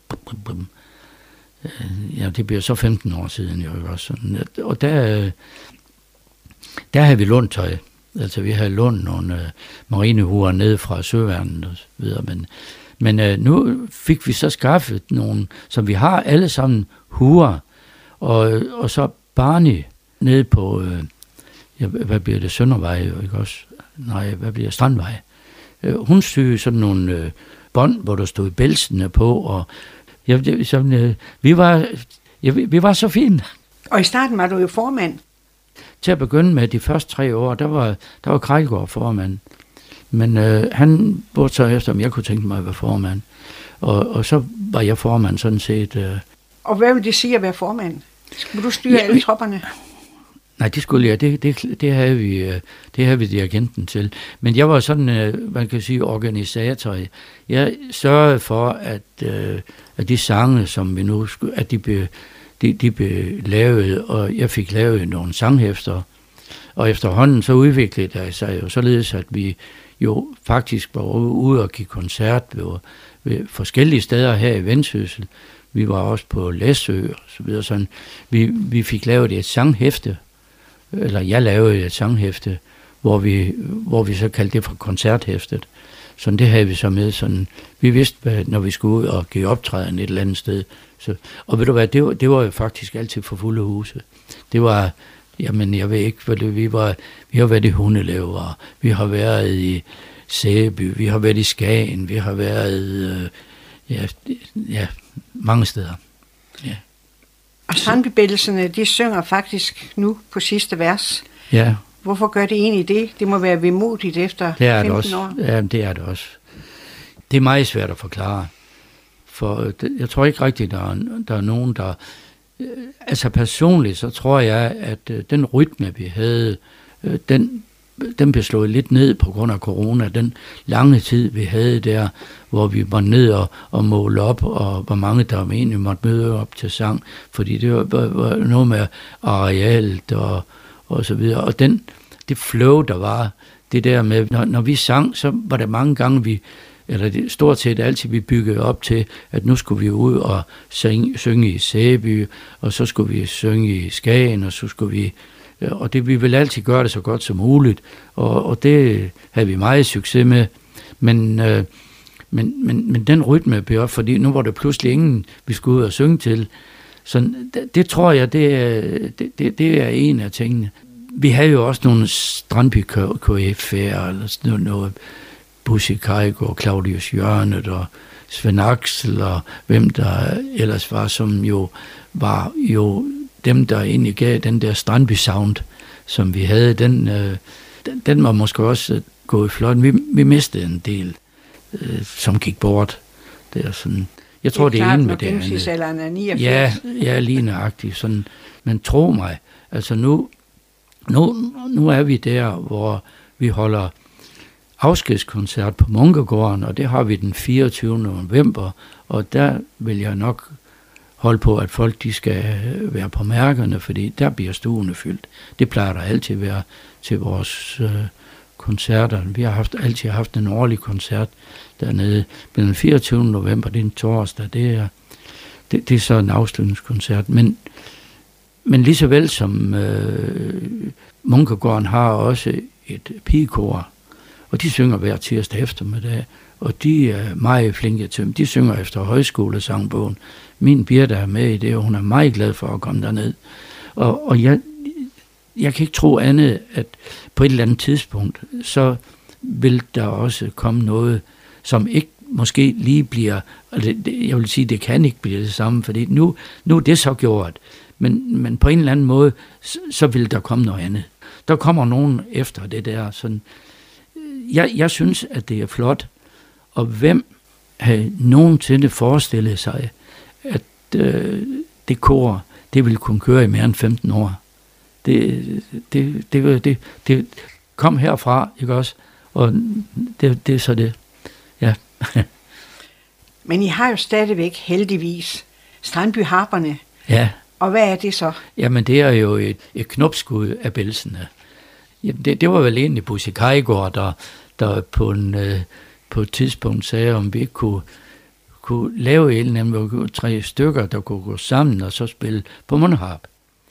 ja, det bliver så femten år siden, jo ikke også. Og der, der havde vi lånt tøj. Altså, vi havde lånt nogle uh, marinehuer ned fra søværnet og så videre, men, men uh, nu fik vi så skaffet nogle, som vi har alle sammen huer, og, og så Barney nede på, uh, ja, hvad bliver det, Søndervej, jo ikke også? Nej, hvad bliver det, Strandvej? Hun syede sådan nogle øh, bånd, hvor der stod bælsene på, og ja, det, sådan, øh, vi, var, ja, vi, vi var så fine. Og i starten var du jo formand? Til at begynde med de første tre år, der var, der var Krejlgaard formand. Men øh, han burde så efter, om jeg kunne tænke mig at være formand. Og, og så var jeg formand sådan set. Øh. Og hvad vil det sige at være formand? Skulle du styre ja, alle tropperne? Nej, det skulle jeg. Det, det, det havde vi, det havde vi dirigenten til. Men jeg var sådan, man kan sige, organisator. Jeg sørgede for, at, at de sange, som vi nu skulle, at de blev, de, de blev lavet, og jeg fik lavet nogle sanghæfter. Og efterhånden så udviklede det sig jo således, at vi jo faktisk var ude og give koncert ved, ved forskellige steder her i Vendsyssel. Vi var også på Læsø og så videre. Sådan. Vi, vi fik lavet et sanghæfte, eller jeg lavede et sanghæfte, hvor vi, hvor vi så kaldte det for koncerthæftet. Så det havde vi så med. Sådan, vi vidste, hvad, når vi skulle ud og give optræden et eller andet sted. Så, og ved du hvad, det var, det var jo faktisk altid for fulde huse. Det var, jamen jeg ved ikke, hvad det, vi var, vi har været i Hundelever, vi har været i Sæby, vi har været i Skagen, vi har været øh, ja, ja, mange steder. Ja. Og Strandbybælleserne, de synger faktisk nu på sidste vers. Ja. Hvorfor gør det egentlig det? Det må være vemodigt efter det er femten det også. år. Ja, det er det også. Det er meget svært at forklare. For det, jeg tror ikke rigtigt, der er, der er nogen, der... Altså personligt, så tror jeg, at den rytme, vi havde, den, den blev slået lidt ned på grund af corona. Den lange tid, vi havde der, hvor vi var ned og, og måle op, og hvor mange der egentlig måtte møde op til sang, fordi det var, var, var noget med arealet og, og så videre. Og den, det flow, der var, det der med, når, når vi sang, så var der mange gange, vi, eller det, stort set altid, vi byggede op til, at nu skulle vi ud og synge, synge i Sæby, og så skulle vi synge i Skagen, og så skulle vi, og det, vi ville altid gøre det så godt som muligt, og, og det havde vi meget succes med, men... Øh, Men, men, men den rytme blev op, fordi nu var der pludselig ingen, vi skulle ud og synge til. Så det, det tror jeg, det er, det, det, det er en af tingene. Vi havde jo også nogle Strandby K F-færer, eller sådan noget, Bussi Kajgaard, Claudius Jørnet og Svend Axel, og hvem der ellers var, som jo var jo dem, der egentlig gav den der Strandby-sound, som vi havde. Den, øh, den, den var måske også gået i flot. Vi, vi mistede en del, som gik bort. Det er sådan, jeg tror, det er, det er ene med det andet. Det er klart, når er niogfirs. Ja, ja, lige nøjagtigt. Sådan, men tro mig, altså nu, nu, nu er vi der, hvor vi holder afskedskoncert på Munkegården, og det har vi den fireogtyvende november, og der vil jeg nok holde på, at folk de skal være på mærkerne, fordi der bliver stuerne fyldt. Det plejer der altid at være til vores, øh, koncerter. Vi har haft, altid haft en årlig koncert dernede. Den fireogtyvende november, det er en torsdag, det er, det, det er så en afslutningskoncert. Men, men lige så vel som øh, Munkegården har også et pigekor, og de synger hver tirsdag eftermiddag, og de er meget flinke til dem. De synger efter højskolesangbogen. Min Birte er med i det, og hun er meget glad for at komme derned. Og, og jeg, jeg kan ikke tro andet, at på et eller andet tidspunkt, så vil der også komme noget, som ikke måske lige bliver, og det, det, jeg vil sige, det kan ikke blive det samme, fordi nu, nu er det så gjort. Men, men på en eller anden måde, så, så vil der komme noget andet. Der kommer nogen efter det der. Sådan. Jeg, jeg synes, at det er flot, og hvem havde nogensinde forestillet sig, at øh, det kor, det ville kunne køre i mere end femten år. Det, det, det, det, det kom herfra, ikke også? Og det, det er så det. Ja. Men I har jo stadigvæk heldigvis Strandby Harperne. Ja. Og hvad er det så? Jamen det er jo et, et knopskud af bælsene. Jamen, det, det var vel egentlig Bussi Kajgaard, der, der på, en, øh, på et tidspunkt sagde, om vi ikke kunne, kunne lave en eller anden tre stykker, der kunne gå sammen og så spille på mundharp.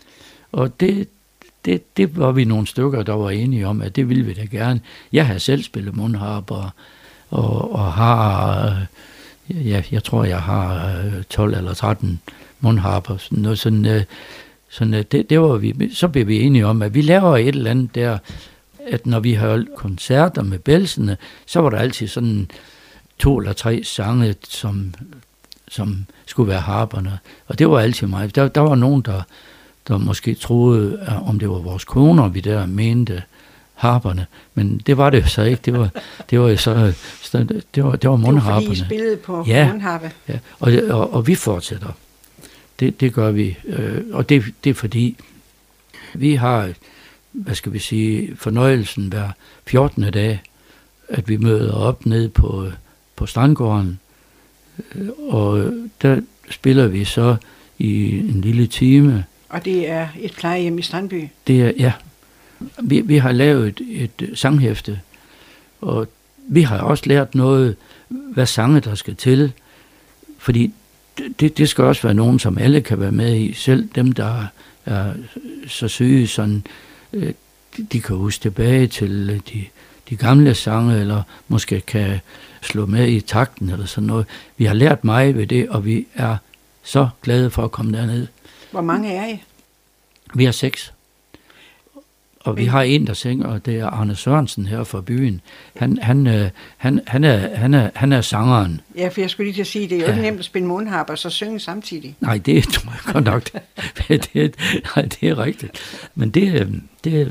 Og det, det, det var vi nogle stykker, der var enige om, at det ville vi da gerne. Jeg har selv spillet mundharp og, og, og har, ja, jeg tror jeg har tolv eller tretten mundharper. Sådan noget, sådan, sådan, det, det var vi, så blev vi enige om, at vi laver et eller andet der, at når vi holdt koncerter med bælsene, så var der altid sådan to eller tre sange, som, som skulle være harperne. Og det var altid mig. Der, der var nogen, der, der måske troede, om det var vores koner, vi der mente harperne. Men det var det jo så ikke. Det var, det var jo så, det var, det var mundharperne. Det var fordi I spillede på ja, mundharpe. Ja, og, og, og vi fortsætter. Det, det gør vi. Og det, det er fordi, vi har, hvad skal vi sige, fornøjelsen hver fjortende dag, at vi møder op ned på, på Strandgården. Og der spiller vi så i en lille time. Og det er et plejehjem i Strandby? Det er, ja. Vi, vi har lavet et, et sanghæfte, og vi har også lært noget, hvad sange der skal til, fordi det, det skal også være nogen, som alle kan være med i, selv dem, der er så syge, sådan, de, de kan huske tilbage til de, de gamle sange, eller måske kan slå med i takten, eller sådan noget. Vi har lært meget ved det, og vi er så glade for at komme derned. Hvor mange er I? Vi er seks. Og vi har en, der synger, og det er Arne Sørensen her fra byen. Han, han, øh, han, han, er, han, er, han er sangeren. Ja, for jeg skulle lige til at sige, det er jo ja. ikke nemt at spille mundharp og så synge samtidig. Nej, det tror jeg godt nok. det, det, nej, det er rigtigt. Men det, det,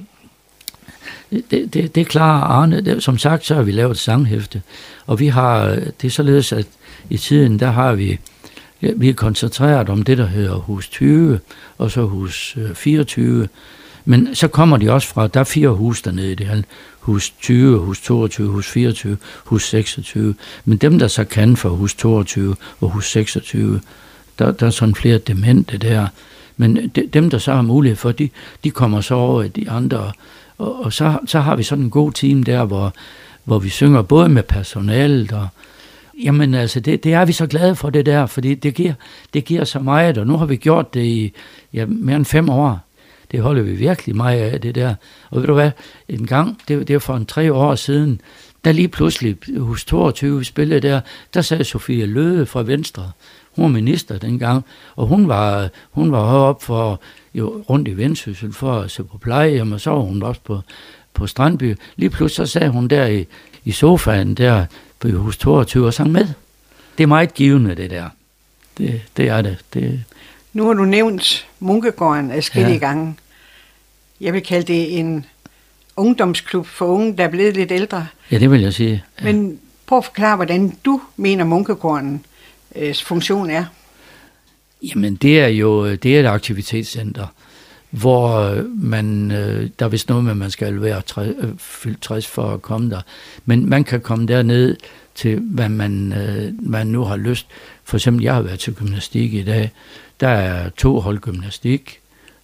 det, det, det klarer Arne. Det, som sagt, så har vi lavet et sanghæfte. Og vi har, det er således, at i tiden, der har vi, vi er koncentreret om det, der hedder hus tyve, og så hus fireogtyve. Men så kommer de også fra, der er fire hus dernede i det her. Hus tyve, hus toogtyve, hus fireogtyve, hus seksogtyve. Men dem, der så kan for hus toogtyve og hus seksogtyve, der, der er sådan flere demente der. Men de, dem, der så har mulighed for, de, de kommer så over i de andre. Og, og så, så har vi sådan en god team der, hvor, hvor vi synger både med personalet og... Jamen altså, det, det er vi så glade for det der, fordi det giver, det giver så meget, og nu har vi gjort det i ja, mere end fem år. Det holder vi virkelig meget af, det der. Og ved du hvad, en gang, det, det var for en tre år siden, der lige pludselig hos toogtyve spillede der, der sad Sofie Løde fra Venstre. Hun var minister dengang, og hun var, hun var heroppe for, jo, rundt i Vendsyssel for at se på plejehjem, og så var hun også på, på Strandby. Lige pludselig så sad hun der i, i sofaen der på hos toogtyve og sang med. Det er meget givende, det der. Det, det er det. Det Nu har du nævnt Munkegården adskillige ja. gange. Jeg vil kalde det en ungdomsklub for unge, der er blevet lidt ældre. Ja, det vil jeg sige. Ja. Men prøv at forklare, hvordan du mener Munkegårdens øh, funktion er. Jamen, det er jo det er et aktivitetscenter, hvor man, der er vist noget med, at man skal være tre, fyldt tres for at komme der. Men man kan komme derned til, hvad man, man nu har lyst. For eksempel, jeg har været til gymnastik i dag. Der er to hold gymnastik,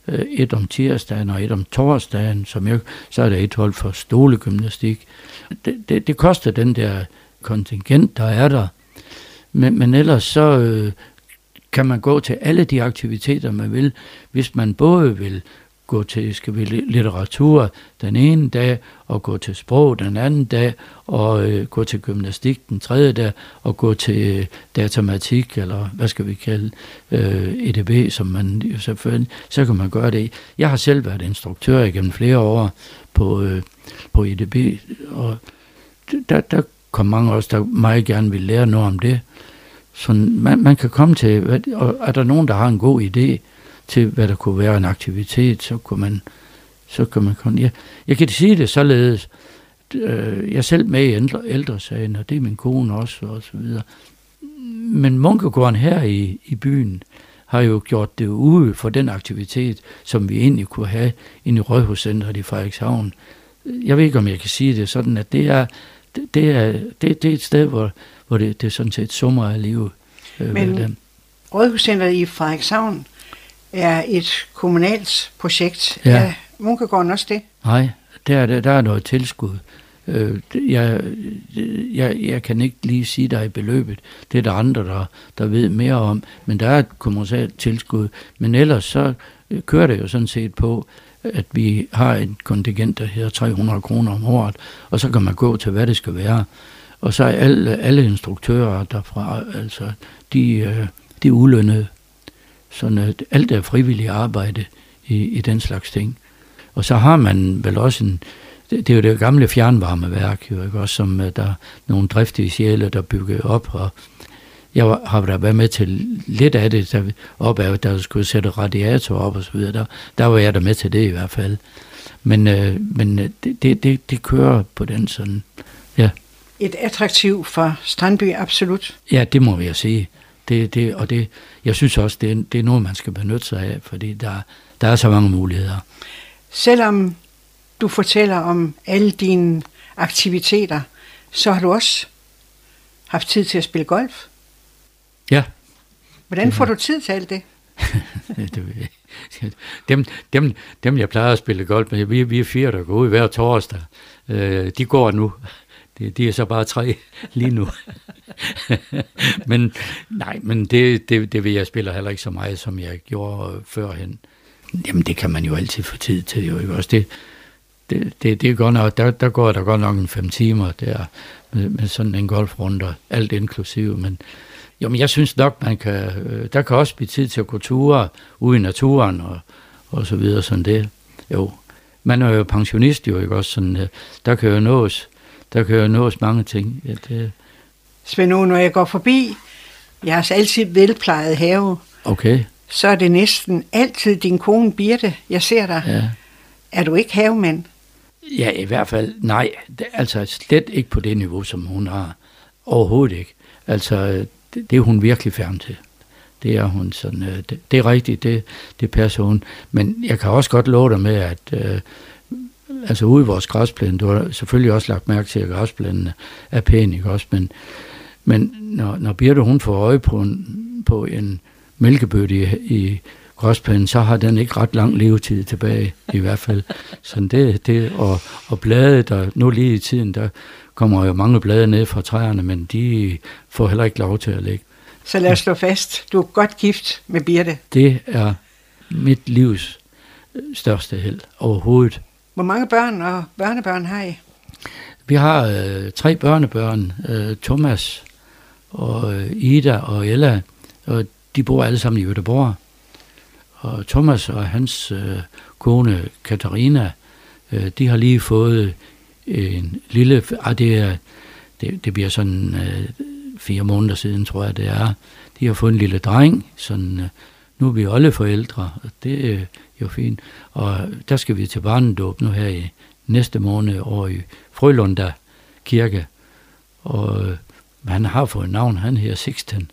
et om tirsdagen og et om torsdagen, som jeg, så er der et hold for stolegymnastik. Det, det, det koster den der kontingent, der er der. Men, men ellers så øh, kan man gå til alle de aktiviteter, man vil, hvis man både vil gå til skal vi, litteratur den ene dag, og gå til sprog den anden dag, og øh, gå til gymnastik den tredje dag, og gå til øh, datamatik, eller hvad skal vi kalde øh, E D B, som man jo selvfølgelig, så kan man gøre det. Jeg har selv været instruktør igennem flere år på, øh, på E D B, og der, der kom mange også, der meget gerne vil lære noget om det. Så man, man kan komme til, og er der nogen, der har en god idé til, hvad der kunne være en aktivitet, så kunne man, så kan man komme. Jeg, jeg kan sige det således, øh, jeg er selv med i ældre, ældresagen, og det er min kone også, og så videre. Men Munkegården her i, i byen har jo gjort det ude for den aktivitet, som vi egentlig kunne have inde i Rådhuscentret i Frederikshavn. Jeg ved ikke, om jeg kan sige det sådan, at det er, det, det er, det, det er et sted, hvor, hvor det, det er sådan set summer af livet. Øh, Men Rådhuscentret i Frederikshavn er et kommunalt projekt. Ja. Er Munkegården også det? Nej, der er, der er noget tilskud. Øh, jeg, jeg, jeg kan ikke lige sige dig i beløbet. Det er der andre, der, der ved mere om. Men der er et kommunalt tilskud. Men ellers så kører det jo sådan set på, at vi har et kontingent, der hedder tre hundrede kroner om året, og så kan man gå til, hvad det skal være. Og så er alle, alle instruktører derfra, altså, de, de er ulønnede. Sådan at alt er frivilligt arbejde i, i den slags ting. Og så har man vel også en, det, det er jo det gamle fjernvarmeværk, jo, ikke? Også som der er nogle driftige sjæle, der bygger op, og jeg har da været med til lidt af det, der, op af, der skulle sætte radiator op og så videre, der, der var jeg da med til det i hvert fald. Men, øh, men det, det, det, det kører på den sådan, ja. Et attraktiv for Strandby, absolut. Ja, det må jeg sige. Det, det, og det, jeg synes også, det er, det er noget, man skal benytte sig af, fordi der, der er så mange muligheder. Selvom du fortæller om alle dine aktiviteter, så har du også haft tid til at spille golf. Ja. Hvordan får du tid til alt det? dem, dem, dem, jeg plejer at spille golf med, vi, vi er fire, der går ud hver torsdag. Øh, de går nu. De, de er så bare tre lige nu. men nej, men det, det, det vil jeg spille heller ikke så meget, som jeg gjorde førhen. Jamen, det kan man jo altid få tid til, jo ikke også? Det, det, det, det er godt nok, der, der går der godt nok en fem timer der med, med sådan en golfrunde, alt inklusive, men jo, men jeg synes nok, man kan, der kan også blive tid til at gå ture ude i naturen og, og så videre, sådan det. Jo, man er jo pensionist jo, ikke også? Sådan, der kan jo nås, der kan jo nås mange ting. Ja, det. Svend, når jeg går forbi jeres altid velplejede have, okay, så er det næsten altid din kone Birte, jeg ser dig. Ja. Er du ikke havemand? Ja, i hvert fald, nej. Det, altså slet ikke på det niveau, som hun har. Overhovedet ikke. Altså, det, det er hun virkelig færdig til. Det er hun sådan, det, det er rigtigt, det, det passer hun. Men jeg kan også godt love dig med, at øh, altså ude i vores græsplæne, du har selvfølgelig også lagt mærke til, at græsplænene er pæne, ikke også? Men, men når, når Birte, hun får øje på en, på en mælkebøtte i, i græsplænen, så har den ikke ret lang levetid tilbage, i hvert fald. Sådan det, det og, og blade, der nu lige i tiden, der kommer jo mange blade ned fra træerne, men de får heller ikke lov til at ligge. Så lad os slå fast, du er godt gift med Birte. Det er mit livs største held overhovedet. Hvor mange børn og børnebørn har I? Vi har øh, tre børnebørn, øh, Thomas og øh, Ida og Ella, og de bor alle sammen i Göteborg. Og Thomas og hans øh, kone Katarina, øh, de har lige fået en lille, ah, det, er, det, det bliver sådan øh, fire måneder siden, tror jeg det er. De har fået en lille dreng, sådan, øh, nu er vi alle forældre, og det er jo fint. Og der skal vi til barnedåb nu her i næste måned over i Frølunda Kirke. Og øh, han har fået navn, han hedder Sixten.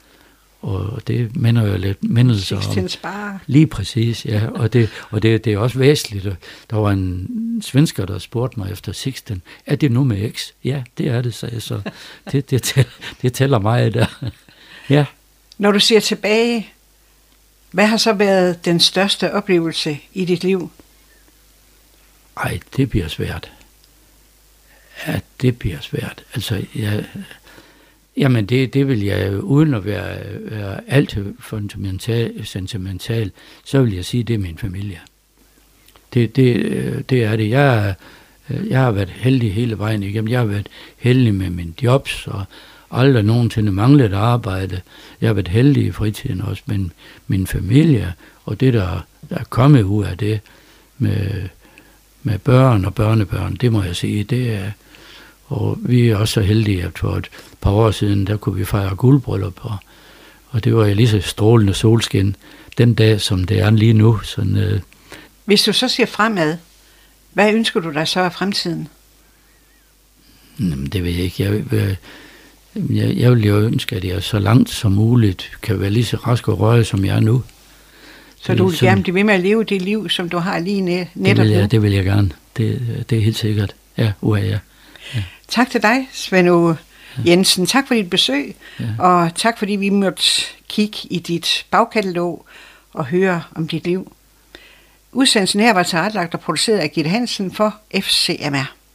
Og det minder jo lidt mindelser om. Lige præcis, ja. Og det, og det, det er også væsentligt. Der var en svensker, der spurgte mig efter Sixten. Er det nu med X? Ja, det er det, sagde jeg så. Det, det, tæller, det tæller mig der. Ja. Når du ser tilbage Hvad har så været den største oplevelse i dit liv? Ej, det bliver svært. Ja, det bliver svært. Altså, jeg, jamen det, det vil jeg, uden at være, være alt fundamental, sentimental, så vil jeg sige, det er min familie. Det, det, det er det. Jeg, jeg har været heldig hele vejen igennem. Jeg har været heldig med mine jobs, og aldrig nogensinde manglet arbejde. Jeg har været heldig i fritiden også, men min familie, og det, der, der er kommet ud af det, med, med børn og børnebørn, det må jeg sige, det er. Og vi er også så heldige, at for et par år siden, der kunne vi fejre guldbryllup, og, og det var lige så strålende solskin den dag, som det er lige nu. Sådan, øh. Hvis du så ser fremad, hvad ønsker du dig så af fremtiden? Jamen, det ved jeg ikke. Jeg, jeg, jeg, jeg vil jo ønske, at jeg så langt som muligt kan være lige så rask og rørig, som jeg er nu. Så du vil gerne blive ved med at leve det liv, som du har lige netop det vil jeg, nu? Det vil jeg gerne. Det, det er helt sikkert. Ja, uha, ja. Ja. Tak til dig, Svend Åge Jensen. Tak for dit besøg, ja. Og tak fordi vi måtte kigge i dit bagkatalog og høre om dit liv. Udsendelsen her var tilrettelagt og produceret af Gitte Hansen for F C M R.